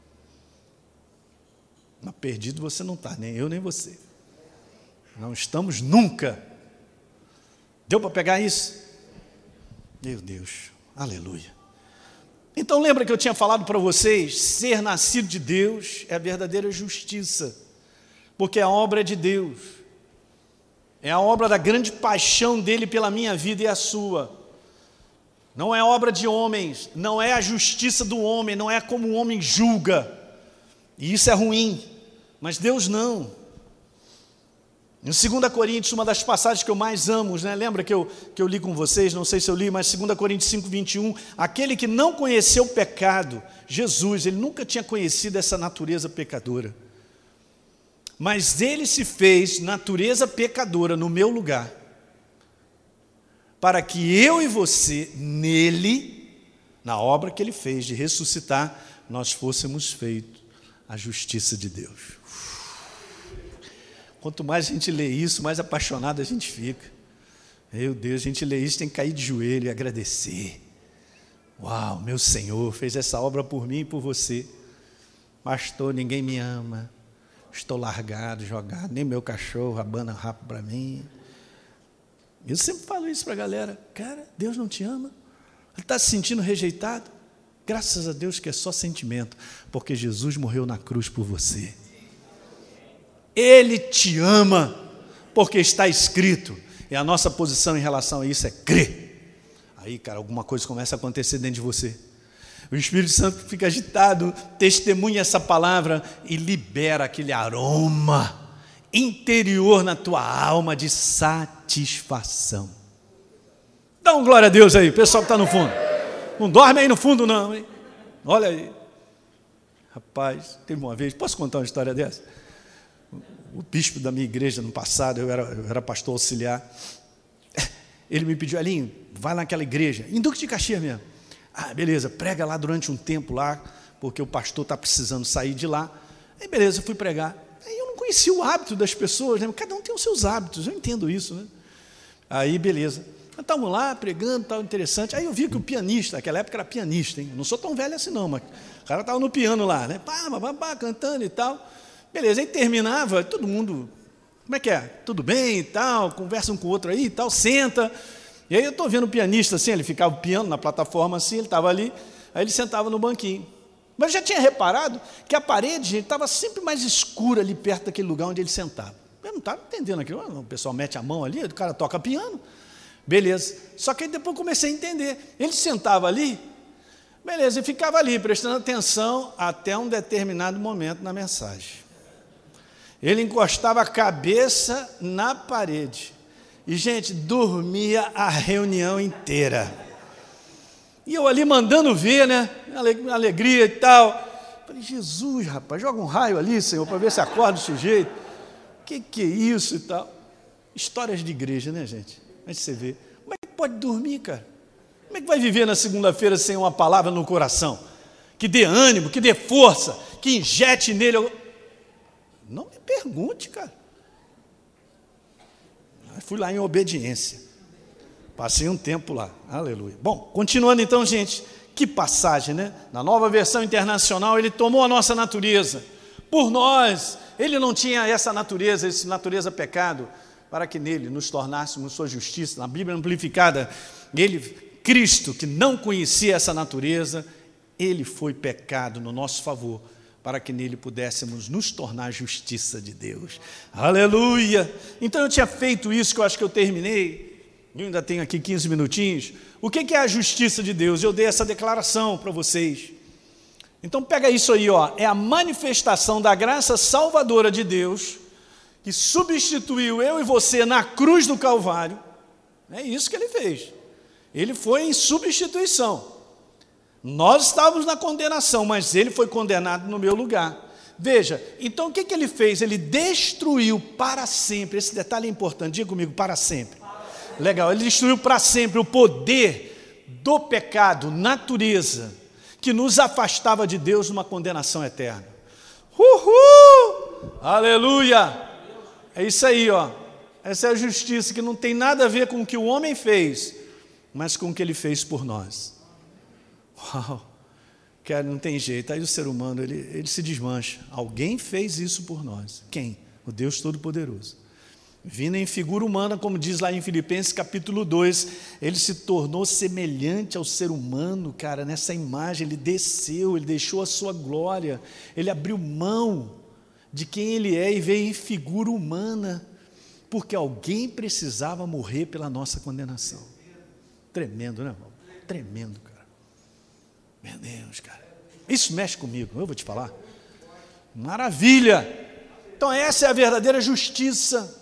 Mas perdido você não está, nem eu nem você. Não estamos nunca. Deu para pegar isso? Meu Deus, aleluia. Então lembra que eu tinha falado para vocês, ser nascido de Deus é a verdadeira justiça, porque a obra é de Deus, é a obra da grande paixão dele pela minha vida e a sua, não é obra de homens, não é a justiça do homem, não é como o homem julga, e isso é ruim, mas Deus não. Em segunda Coríntios, uma das passagens que eu mais amo, né? Lembra que eu, que eu li com vocês, não sei se eu li, mas segunda Coríntios cinco, vinte e um, aquele que não conheceu o pecado, Jesus, ele nunca tinha conhecido essa natureza pecadora, mas ele se fez natureza pecadora no meu lugar, para que eu e você, nele, na obra que ele fez de ressuscitar, nós fôssemos feitos a justiça de Deus. Quanto mais a gente lê isso, mais apaixonado a gente fica. Meu Deus, a gente lê isso, tem que cair de joelho e agradecer. Uau, meu Senhor fez essa obra por mim e por você. Pastor, ninguém me ama. Estou largado, jogado, nem meu cachorro abana rápido para mim. Eu sempre falo isso para a galera. Cara, Deus não te ama? Ele está se sentindo rejeitado? Graças a Deus que é só sentimento, porque Jesus morreu na cruz por você. Ele te ama, porque está escrito, e a nossa posição em relação a isso é crer. Aí, cara, alguma coisa começa a acontecer dentro de você. O Espírito Santo fica agitado, testemunha essa palavra e libera aquele aroma interior na tua alma de satisfação. Dá um glória a Deus aí, pessoal que está no fundo. Não dorme aí no fundo não, hein? Olha aí. Rapaz, teve uma vez, posso contar uma história dessa? O bispo da minha igreja no passado, eu era, eu era pastor auxiliar, ele me pediu, Elinho, vai naquela igreja, em Duque de Caxias mesmo. Ah, beleza, prega lá durante um tempo lá, porque o pastor está precisando sair de lá. Aí beleza, eu fui pregar. Aí eu não conhecia o hábito das pessoas, né? Cada um tem os seus hábitos, eu entendo isso, né? Aí beleza, estávamos lá pregando, tal, interessante. Aí eu vi que o pianista, naquela época era pianista, hein? Eu não sou tão velho assim não, mas o cara estava no piano lá, né? Pá, pá, pá, cantando e tal. Beleza, aí terminava, todo mundo, como é que é? Tudo bem e tal, conversa um com o outro aí e tal, senta. E aí eu estou vendo o pianista assim, ele ficava o piano na plataforma assim, ele estava ali, aí ele sentava no banquinho. Mas eu já tinha reparado que a parede estava sempre mais escura ali perto daquele lugar onde ele sentava. Eu não estava entendendo aquilo, o pessoal mete a mão ali, o cara toca piano. Beleza, só que aí depois eu comecei a entender. Ele sentava ali, beleza, e ficava ali, prestando atenção até um determinado momento na mensagem. Ele encostava a cabeça na parede. E, gente, dormia a reunião inteira. E eu ali mandando ver, né? Alegria e tal. Falei, Jesus, rapaz, joga um raio ali, Senhor, para ver se acorda o sujeito. O que, que é isso e tal? Histórias de igreja, né, gente? Mas você vê. Como é que pode dormir, cara? Como é que vai viver na segunda-feira sem uma palavra no coração? Que dê ânimo, que dê força, que injete nele. Não me pergunte, cara. Eu fui lá em obediência. Passei um tempo lá. Aleluia. Bom, continuando então, gente. Que passagem, né? Na Nova Versão Internacional, ele tomou a nossa natureza. Por nós, ele não tinha essa natureza, essa natureza pecado, para que nele nos tornássemos sua justiça. Na Bíblia Amplificada, ele, Cristo, que não conhecia essa natureza, ele foi pecado no nosso favor, para que nele pudéssemos nos tornar a justiça de Deus. Aleluia! Então eu tinha feito isso, que eu acho que eu terminei, eu ainda tenho aqui quinze minutinhos. O que é a justiça de Deus? Eu dei essa declaração para vocês. Então pega isso aí, ó, é a manifestação da graça salvadora de Deus, que substituiu eu e você na cruz do Calvário. É isso que ele fez. Ele foi em substituição. Nós estávamos na condenação, mas ele foi condenado no meu lugar. Veja, então o que, que ele fez? Ele destruiu para sempre, esse detalhe é importante, diga comigo, para sempre. Legal, ele destruiu para sempre o poder do pecado, natureza, que nos afastava de Deus numa condenação eterna. Uhul! Aleluia! É isso aí, ó. Essa é a justiça que não tem nada a ver com o que o homem fez, mas com o que ele fez por nós. Uau, cara, não tem jeito. Aí o ser humano, ele, ele se desmancha. Alguém fez isso por nós. Quem? O Deus Todo-Poderoso. Vindo em figura humana, como diz lá em Filipenses capítulo dois, ele se tornou semelhante ao ser humano, cara, nessa imagem, ele desceu, ele deixou a sua glória, ele abriu mão de quem ele é e veio em figura humana, porque alguém precisava morrer pela nossa condenação. Tremendo, né, irmão? Tremendo, cara. Meu Deus, cara. Isso mexe comigo, eu vou te falar. Maravilha! Então essa é a verdadeira justiça.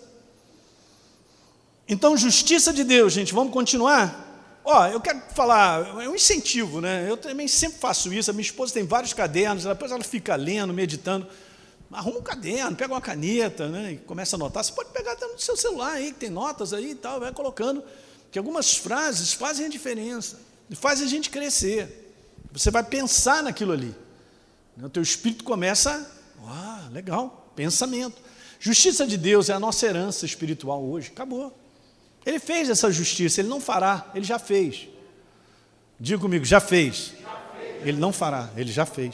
Então, justiça de Deus, gente, vamos continuar? Ó, eu quero falar, é um incentivo, né? Eu também sempre faço isso, a minha esposa tem vários cadernos, depois ela fica lendo, meditando. Arruma um caderno, pega uma caneta, né? E começa a anotar. Você pode pegar até no seu celular aí, que tem notas aí e tal, vai colocando, que algumas frases fazem a diferença, fazem a gente crescer. Você vai pensar naquilo ali. O teu espírito começa, ah, legal, pensamento. Justiça de Deus é a nossa herança espiritual hoje, acabou. Ele fez essa justiça, ele não fará, ele já fez. Diga comigo, já fez. Ele não fará, ele já fez.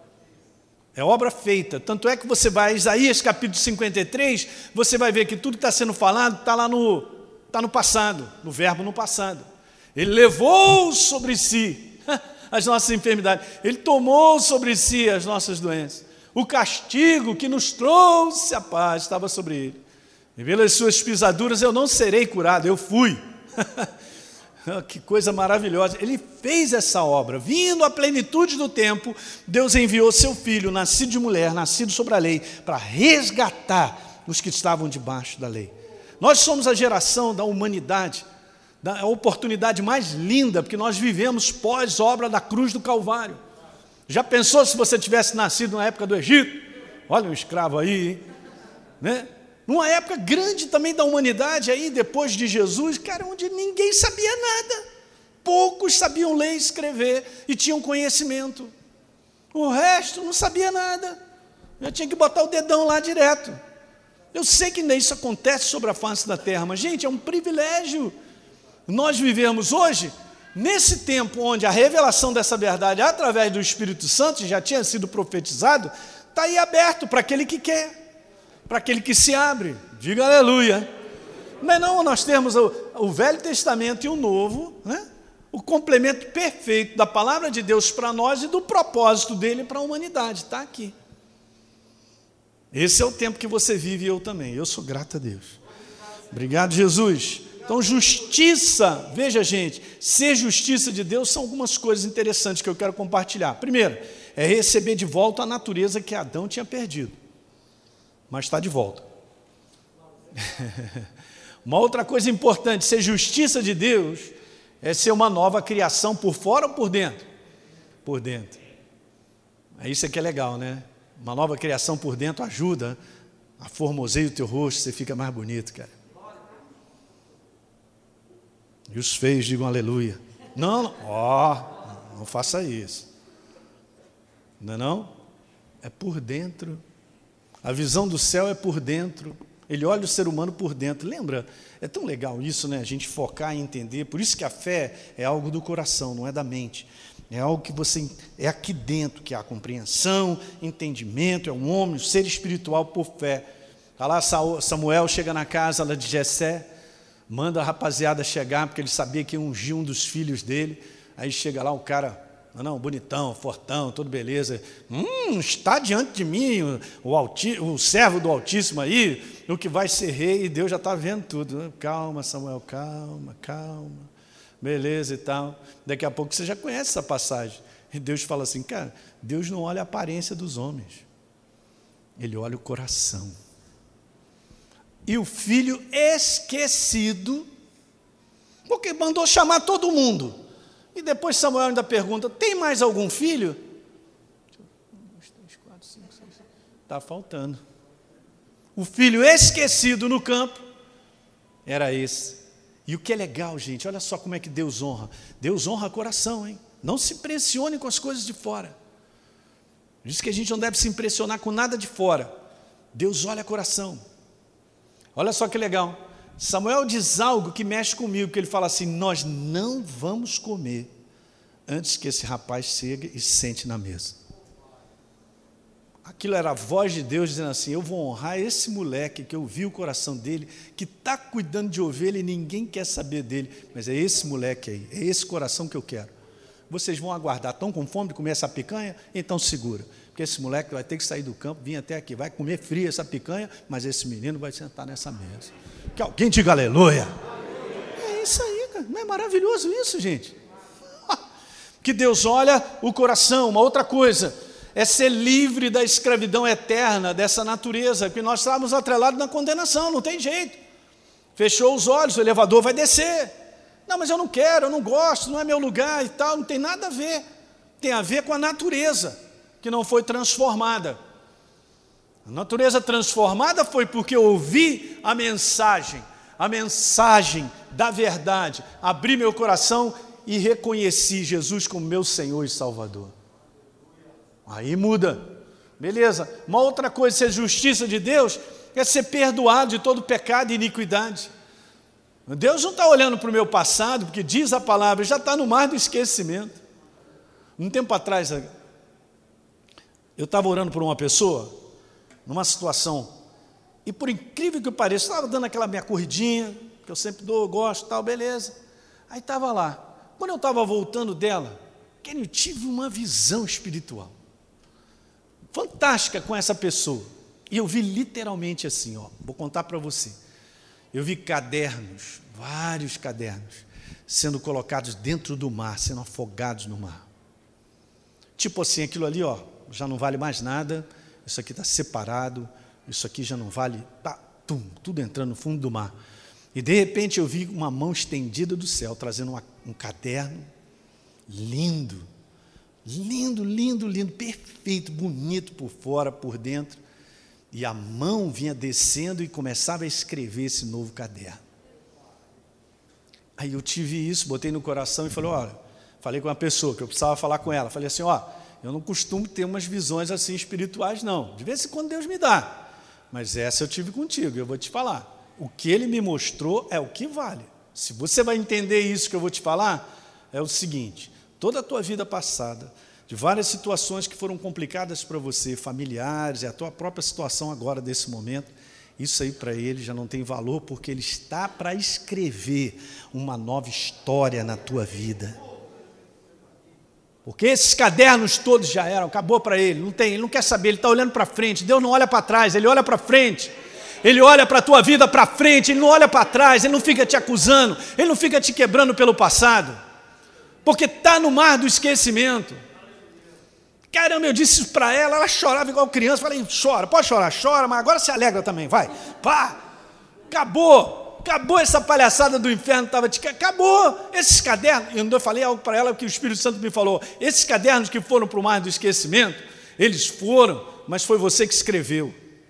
É obra feita, tanto é que você vai a Isaías capítulo cinquenta e três, você vai ver que tudo que está sendo falado está lá no, está no passado, no verbo no passado. Ele levou sobre si as nossas enfermidades, ele tomou sobre si as nossas doenças. O castigo que nos trouxe a paz estava sobre ele. E pelas suas pisaduras eu não serei curado, eu fui. Que coisa maravilhosa. Ele fez essa obra. Vindo à plenitude do tempo, Deus enviou seu Filho, nascido de mulher, nascido sobre a lei, para resgatar os que estavam debaixo da lei. Nós somos a geração da humanidade, da oportunidade mais linda, porque nós vivemos pós-obra da cruz do Calvário. Já pensou se você tivesse nascido na época do Egito? Olha um escravo aí, hein? Né? Numa época grande também da humanidade, aí depois de Jesus, cara, onde ninguém sabia nada. Poucos sabiam ler e escrever e tinham conhecimento. O resto não sabia nada. Já tinha que botar o dedão lá direto. Eu sei que nem isso acontece sobre a face da terra, mas, gente, é um privilégio. Nós vivemos hoje, nesse tempo onde a revelação dessa verdade, através do Espírito Santo, já tinha sido profetizado, está aí aberto para aquele que quer. Para aquele que se abre, diga aleluia. Mas não, nós temos o, o Velho Testamento e o Novo, né? O complemento perfeito da palavra de Deus para nós e do propósito dele para a humanidade, está aqui. Esse é o tempo que você vive e eu também, eu sou grato a Deus. Obrigado, Jesus. Então, justiça, veja, gente, ser justiça de Deus são algumas coisas interessantes que eu quero compartilhar. Primeiro, é receber de volta a natureza que Adão tinha perdido. Mas está de volta. Uma outra coisa importante, ser justiça de Deus, é ser uma nova criação por fora ou por dentro? Por dentro. É isso que é legal, né? Uma nova criação por dentro ajuda a formosear o teu rosto, você fica mais bonito, cara. E os feios digam aleluia. Não, ó, oh, não faça isso. Não é não? É por dentro. A visão do céu é por dentro, ele olha o ser humano por dentro. Lembra? É tão legal isso, né? A gente focar e entender. Por isso que a fé é algo do coração, não é da mente. É algo que você, é aqui dentro que há compreensão, entendimento, é um homem, um ser espiritual por fé. Está lá Samuel, chega na casa lá de Jessé, manda a rapaziada chegar, porque ele sabia que ia ungir um dos filhos dele. Aí chega lá o cara... Não, não, bonitão, fortão, tudo beleza. Hum, está diante de mim o, o, alti, o servo do Altíssimo aí, o que vai ser rei, e Deus já está vendo tudo. Calma, Samuel, calma, calma. Beleza e tal. Daqui a pouco você já conhece essa passagem. E Deus fala assim, cara, Deus não olha a aparência dos homens. Ele olha o coração. E o filho esquecido, porque mandou chamar todo mundo. E depois Samuel ainda pergunta, tem mais algum filho? Está faltando. O filho esquecido no campo era esse. E o que é legal, gente, olha só como é que Deus honra. Deus honra o coração, hein? Não se impressione com as coisas de fora. Diz que a gente não deve se impressionar com nada de fora. Deus olha o coração. Olha só que legal. Samuel diz algo que mexe comigo, que ele fala assim, nós não vamos comer antes que esse rapaz chegue e sente na mesa. aquilo era a voz de Deus dizendo assim: eu vou honrar esse moleque que eu vi o coração dele, que está cuidando de ovelha e ninguém quer saber dele, mas é esse moleque aí, é esse coração que eu quero. Vocês vão aguardar, estão com fome de comer essa picanha? Então segura, porque esse moleque vai ter que sair do campo, vir até aqui, vai comer fria essa picanha, mas esse menino vai sentar nessa mesa. Que alguém diga aleluia. É isso aí, cara. Não é maravilhoso isso, gente? Que Deus olha o coração. Uma outra coisa é ser livre da escravidão eterna dessa natureza, porque nós estávamos atrelados na condenação, não tem jeito. Fechou os olhos, o elevador vai descer. Não, mas eu não quero, eu não gosto, não é meu lugar e tal, não tem nada a ver. Tem a ver com a natureza que não foi transformada. A natureza transformada foi porque eu ouvi a mensagem, a mensagem da verdade, abri meu coração e reconheci Jesus como meu Senhor e Salvador. Aí muda, beleza. Uma outra coisa, ser justiça de Deus, é ser perdoado de todo pecado e iniquidade. Deus não está olhando para o meu passado, porque diz a palavra, já está no mar do esquecimento. Um tempo atrás, eu estava orando por uma pessoa, numa situação, e por incrível que pareça, estava dando aquela minha corridinha, que eu sempre dou, gosto, tal, beleza. Aí estava lá. Quando eu estava voltando dela, eu tive uma visão espiritual fantástica com essa pessoa. E eu vi literalmente assim, ó, vou contar para você. Eu vi cadernos, vários cadernos, sendo colocados dentro do mar, sendo afogados no mar. Tipo assim, aquilo ali, ó, já não vale mais nada, isso aqui está separado, isso aqui já não vale, tá, tum, tudo entrando no fundo do mar. E de repente eu vi uma mão estendida do céu, trazendo uma, um caderno lindo, lindo, lindo, lindo, perfeito, bonito por fora, por dentro. E a mão vinha descendo e começava a escrever esse novo caderno. Aí eu tive isso, botei no coração e falei, olha, falei com uma pessoa que eu precisava falar com ela. Falei assim, ó, eu não costumo ter umas visões assim espirituais, não. De vez em quando Deus me dá. Mas essa eu tive contigo, eu vou te falar. O que Ele me mostrou é o que vale. Se você vai entender isso que eu vou te falar, é o seguinte, toda a tua vida passada, de várias situações que foram complicadas para você, familiares, e a tua própria situação agora, desse momento, isso aí para Ele já não tem valor, porque Ele está para escrever uma nova história na tua vida. Porque esses cadernos todos já eram, acabou para Ele, não tem, Ele não quer saber, Ele está olhando para frente. Deus não olha para trás, Ele olha para frente. Ele olha para a tua vida para frente, Ele não olha para trás, Ele não fica te acusando, Ele não fica te quebrando pelo passado, porque está no mar do esquecimento. Caramba, eu disse isso para ela, ela chorava igual criança. Falei, chora, pode chorar, chora, mas agora se alegra também, vai. Pá, acabou, acabou essa palhaçada do inferno, tava te... acabou. Esses cadernos, eu falei algo para ela que o Espírito Santo me falou, esses cadernos que foram para o mar do esquecimento, eles foram, mas foi você que escreveu.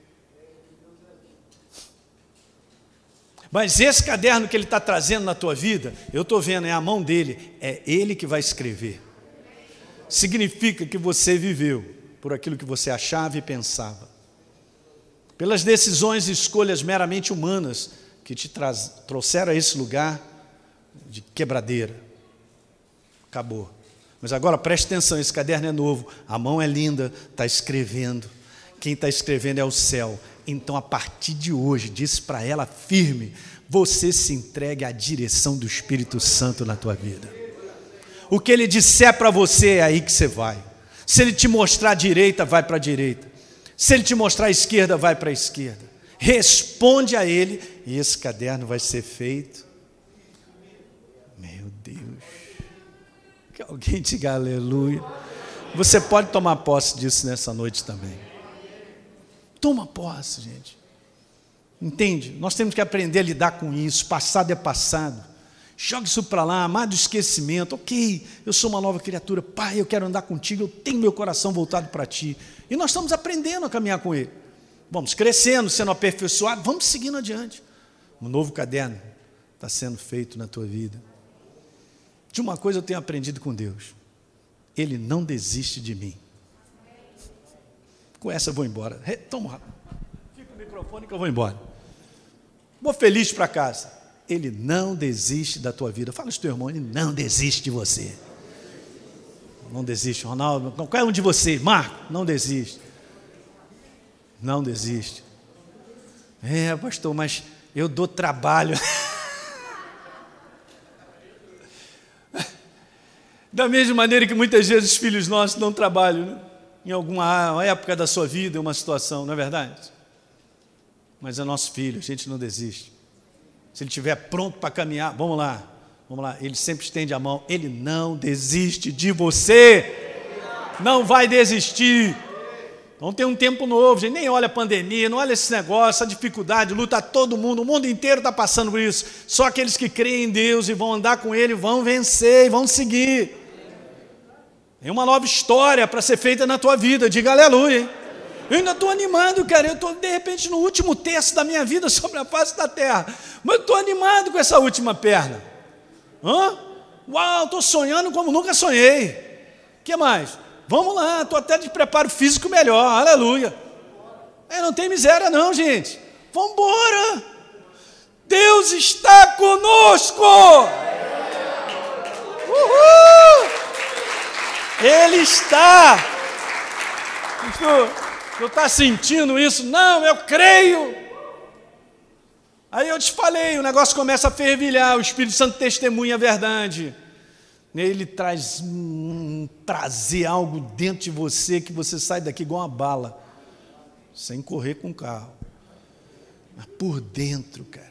Mas esse caderno que Ele está trazendo na tua vida, eu estou vendo, é a mão dEle, é Ele que vai escrever. Significa que você viveu por aquilo que você achava e pensava, pelas decisões e escolhas meramente humanas que te traz, trouxeram a esse lugar de quebradeira. Acabou. Mas agora preste atenção, esse caderno é novo, a mão é linda, está escrevendo. Quem está escrevendo é o céu. Então, a partir de hoje, disse para ela firme, você se entregue à direção do Espírito Santo na tua vida. O que Ele disser para você, é aí que você vai. Se Ele te mostrar a direita, vai para a direita. Se Ele te mostrar a esquerda, vai para a esquerda. Responde a Ele e esse caderno vai ser feito. Meu Deus. Que alguém diga aleluia. Você pode tomar posse disso nessa noite também. Toma posse, gente. Entende? Nós temos que aprender a lidar com isso. Passado é passado. Jogue isso para lá, amado esquecimento. Ok, eu sou uma nova criatura. Pai, eu quero andar contigo, eu tenho meu coração voltado para ti. E nós estamos aprendendo a caminhar com Ele. Vamos crescendo, sendo aperfeiçoados, vamos seguindo adiante. Um novo caderno está sendo feito na tua vida. De uma coisa eu tenho aprendido com Deus. Ele não desiste de mim. Com essa eu vou embora. Toma, fica o microfone que eu vou embora. Vou feliz para casa. Ele não desiste da tua vida. Fala para o teu irmão, Ele não desiste de você. Não desiste, Ronaldo, qualquer um de vocês, Marco, não desiste. não desiste. É, pastor, mas eu dou trabalho. Da mesma maneira que muitas vezes os filhos nossos dão trabalho, né? Em alguma época da sua vida, uma situação, não é verdade? Mas é nosso filho, a gente não desiste. Se ele estiver pronto para caminhar, vamos lá, vamos lá, ele sempre estende a mão, ele não desiste de você, não vai desistir. Então tem um tempo novo, gente, nem olha a pandemia, não olha esse negócio, essa dificuldade, luta todo mundo, o mundo inteiro está passando por isso. Só aqueles que creem em Deus e vão andar com Ele, vão vencer e vão seguir. Tem uma nova história para ser feita na tua vida, diga aleluia, hein? Eu ainda estou animado, cara, eu estou de repente no último terço da minha vida sobre a face da terra, mas eu estou animado com essa última perna. Hã? Uau, estou sonhando como nunca sonhei. O que mais? Vamos lá, estou até de preparo físico melhor, aleluia. É, não tem miséria não, gente. Vamos embora. Deus está conosco. Uhul! Ele está. Tu está sentindo isso? Não, eu creio. Aí eu te falei, o negócio começa a fervilhar, o Espírito Santo testemunha a verdade. Ele traz um prazer, algo dentro de você, que você sai daqui igual uma bala, sem correr com o carro. Mas por dentro, cara.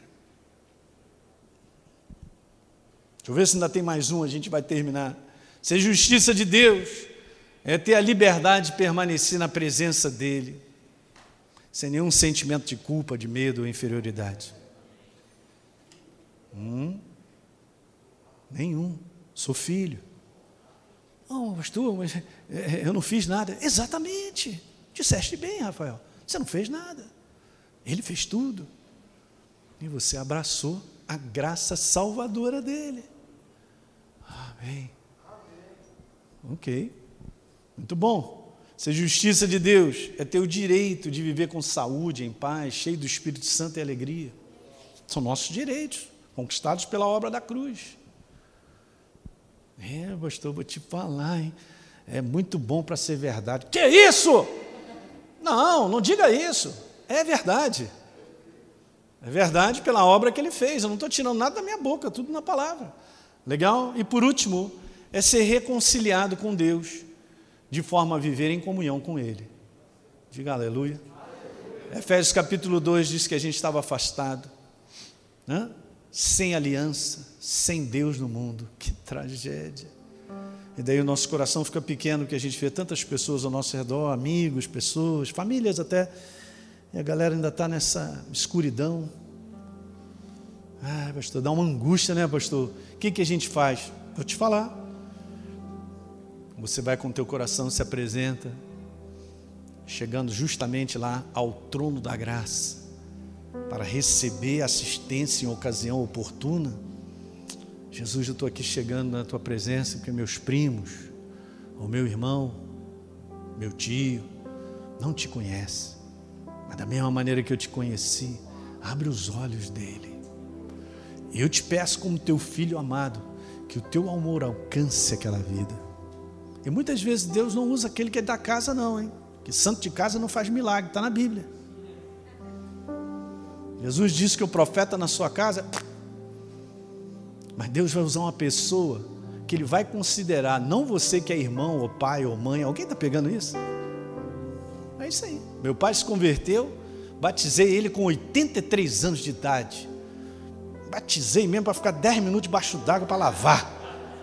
Deixa eu ver se ainda tem mais um, a gente vai terminar. Ser justiça de Deus é ter a liberdade de permanecer na presença dEle, sem nenhum sentimento de culpa, de medo ou inferioridade. Hum, nenhum. Sou filho. Não, pastor, mas eu não fiz nada. Exatamente. Disseste bem, Rafael. Você não fez nada. Ele fez tudo. E você abraçou a graça salvadora dele. Amém. Ok. Muito bom. Ser justiça de Deus é ter o direito de viver com saúde, em paz, cheio do Espírito Santo e alegria. São nossos direitos, conquistados pela obra da cruz. É, pastor, vou te falar, hein? É muito bom para ser verdade. Que isso? Não, não diga isso. É verdade. É verdade pela obra que ele fez. Eu não estou tirando nada da minha boca, tudo na palavra. Legal? E por último, é ser reconciliado com Deus, de forma a viver em comunhão com Ele. Diga aleluia. Efésios capítulo dois diz que a gente estava afastado, né? Sem aliança, sem Deus no mundo. Que tragédia. E daí o nosso coração fica pequeno, porque a gente vê tantas pessoas ao nosso redor, amigos, pessoas, famílias até, e a galera ainda está nessa escuridão. Ah, pastor, dá uma angústia, né, pastor? O que, que a gente faz? Vou te falar. Você vai com o teu coração, se apresenta, chegando justamente lá ao trono da graça, para receber assistência em ocasião oportuna. Jesus, eu estou aqui chegando na tua presença, porque meus primos, o meu irmão, meu tio, não te conhece, mas da mesma maneira que eu te conheci, abre os olhos dele. Eu te peço como teu filho amado, que o teu amor alcance aquela vida. E muitas vezes Deus não usa aquele que é da casa não, hein? Que santo de casa não faz milagre, está na Bíblia. Jesus disse que o profeta na sua casa, mas Deus vai usar uma pessoa que Ele vai considerar, não você que é irmão, ou pai, ou mãe. Alguém está pegando isso? É isso aí. Meu pai se converteu, batizei ele com oitenta e três anos de idade. Batizei mesmo para ficar dez minutos debaixo d'água para lavar.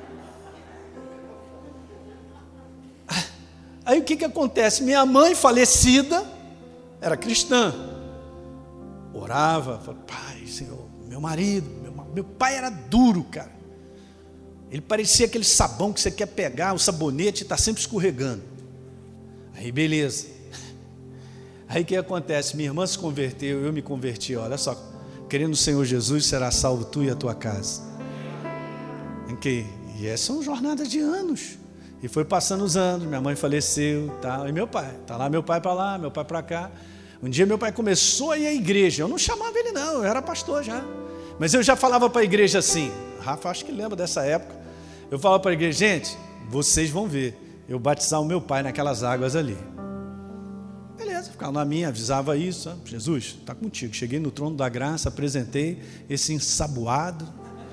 Aí o que que acontece? Minha mãe falecida era cristã, orava, falava, pai, Senhor, meu marido, meu, meu pai era duro, cara. Ele parecia aquele sabão que você quer pegar, o sabonete está sempre escorregando. Aí beleza. Aí o que acontece? Minha irmã se converteu, eu me converti, olha só, querendo o Senhor Jesus, será salvo tu e a tua casa. Okay. E essas são jornadas de anos. E foi passando os anos, minha mãe faleceu, tal, e meu pai, tá lá meu pai para lá, meu pai para cá. Um dia meu pai começou a ir à igreja, eu não chamava ele não, eu era pastor já. Mas eu já falava para a igreja assim, Rafa acho que lembra dessa época, eu falava para a igreja, gente, vocês vão ver, eu batizar o meu pai naquelas águas ali. Beleza, ficava na minha, avisava isso, sabe? Jesus, está contigo. Cheguei no trono da graça, apresentei esse ensaboado,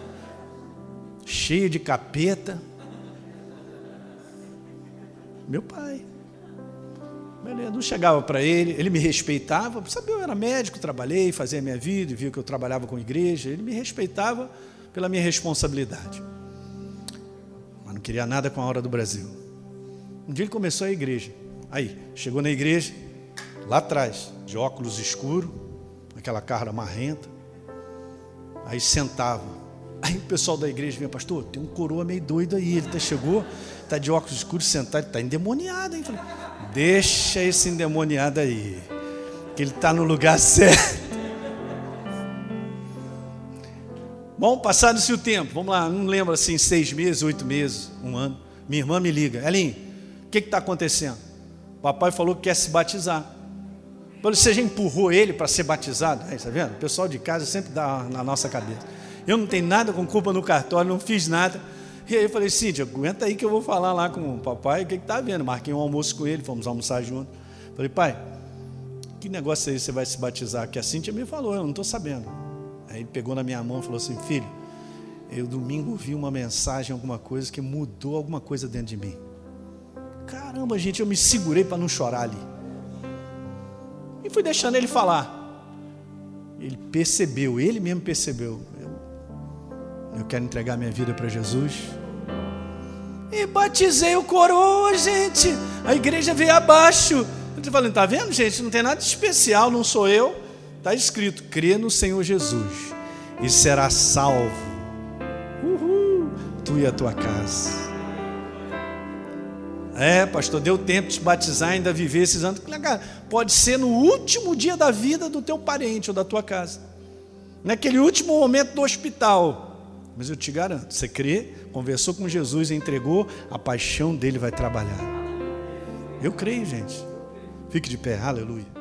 cheio de capeta. Meu pai. Beleza, não chegava para ele, ele me respeitava, sabia, eu era médico, trabalhei, fazia a minha vida, viu que eu trabalhava com igreja, ele me respeitava pela minha responsabilidade. Mas não queria nada com a hora do Brasil. Um dia ele começou a igreja. Aí, chegou na igreja, lá atrás, de óculos escuros, aquela cara marrenta. Aí sentava. Aí o pessoal da igreja vinha, pastor, tem um coroa meio doido aí. Ele até chegou, está de óculos escuros, sentado, está endemoniado, hein? Falei, deixa esse endemoniado aí, que ele está no lugar certo. Bom, passado-se o tempo, vamos lá, não lembro assim, seis meses, oito meses, um ano. Minha irmã me liga, Elinho, o que está acontecendo? O papai falou que quer se batizar. Você já empurrou ele para ser batizado? Aí, tá vendo? O pessoal de casa sempre dá na nossa cabeça. Eu não tenho nada com culpa no cartório, não fiz nada. E aí eu falei, Cíntia, aguenta aí que eu vou falar lá com o papai, o que está vendo? Marquei um almoço com ele, fomos almoçar junto. Falei, pai, que negócio aí você vai se batizar? Que a Cíntia me falou, eu não estou sabendo. Aí ele pegou na minha mão e falou assim, filho, eu domingo ouvi uma mensagem, alguma coisa que mudou alguma coisa dentro de mim. Caramba, gente, eu me segurei para não chorar ali. E fui deixando ele falar. Ele percebeu, ele mesmo percebeu. Eu, eu quero entregar minha vida para Jesus. E batizei o coroa, gente. A igreja veio abaixo. Eu estou falando, tá vendo, gente? Não tem nada de especial, não sou eu. Está escrito, crê no Senhor Jesus e será salvo. Uhul, tu e a tua casa. É, pastor, deu tempo de te batizar, ainda viver esses anos. Pode ser no último dia da vida do teu parente ou da tua casa. Naquele último momento do hospital. Mas eu te garanto, você crê, conversou com Jesus, entregou, a paixão dele vai trabalhar. Eu creio, gente. Fique de pé, aleluia.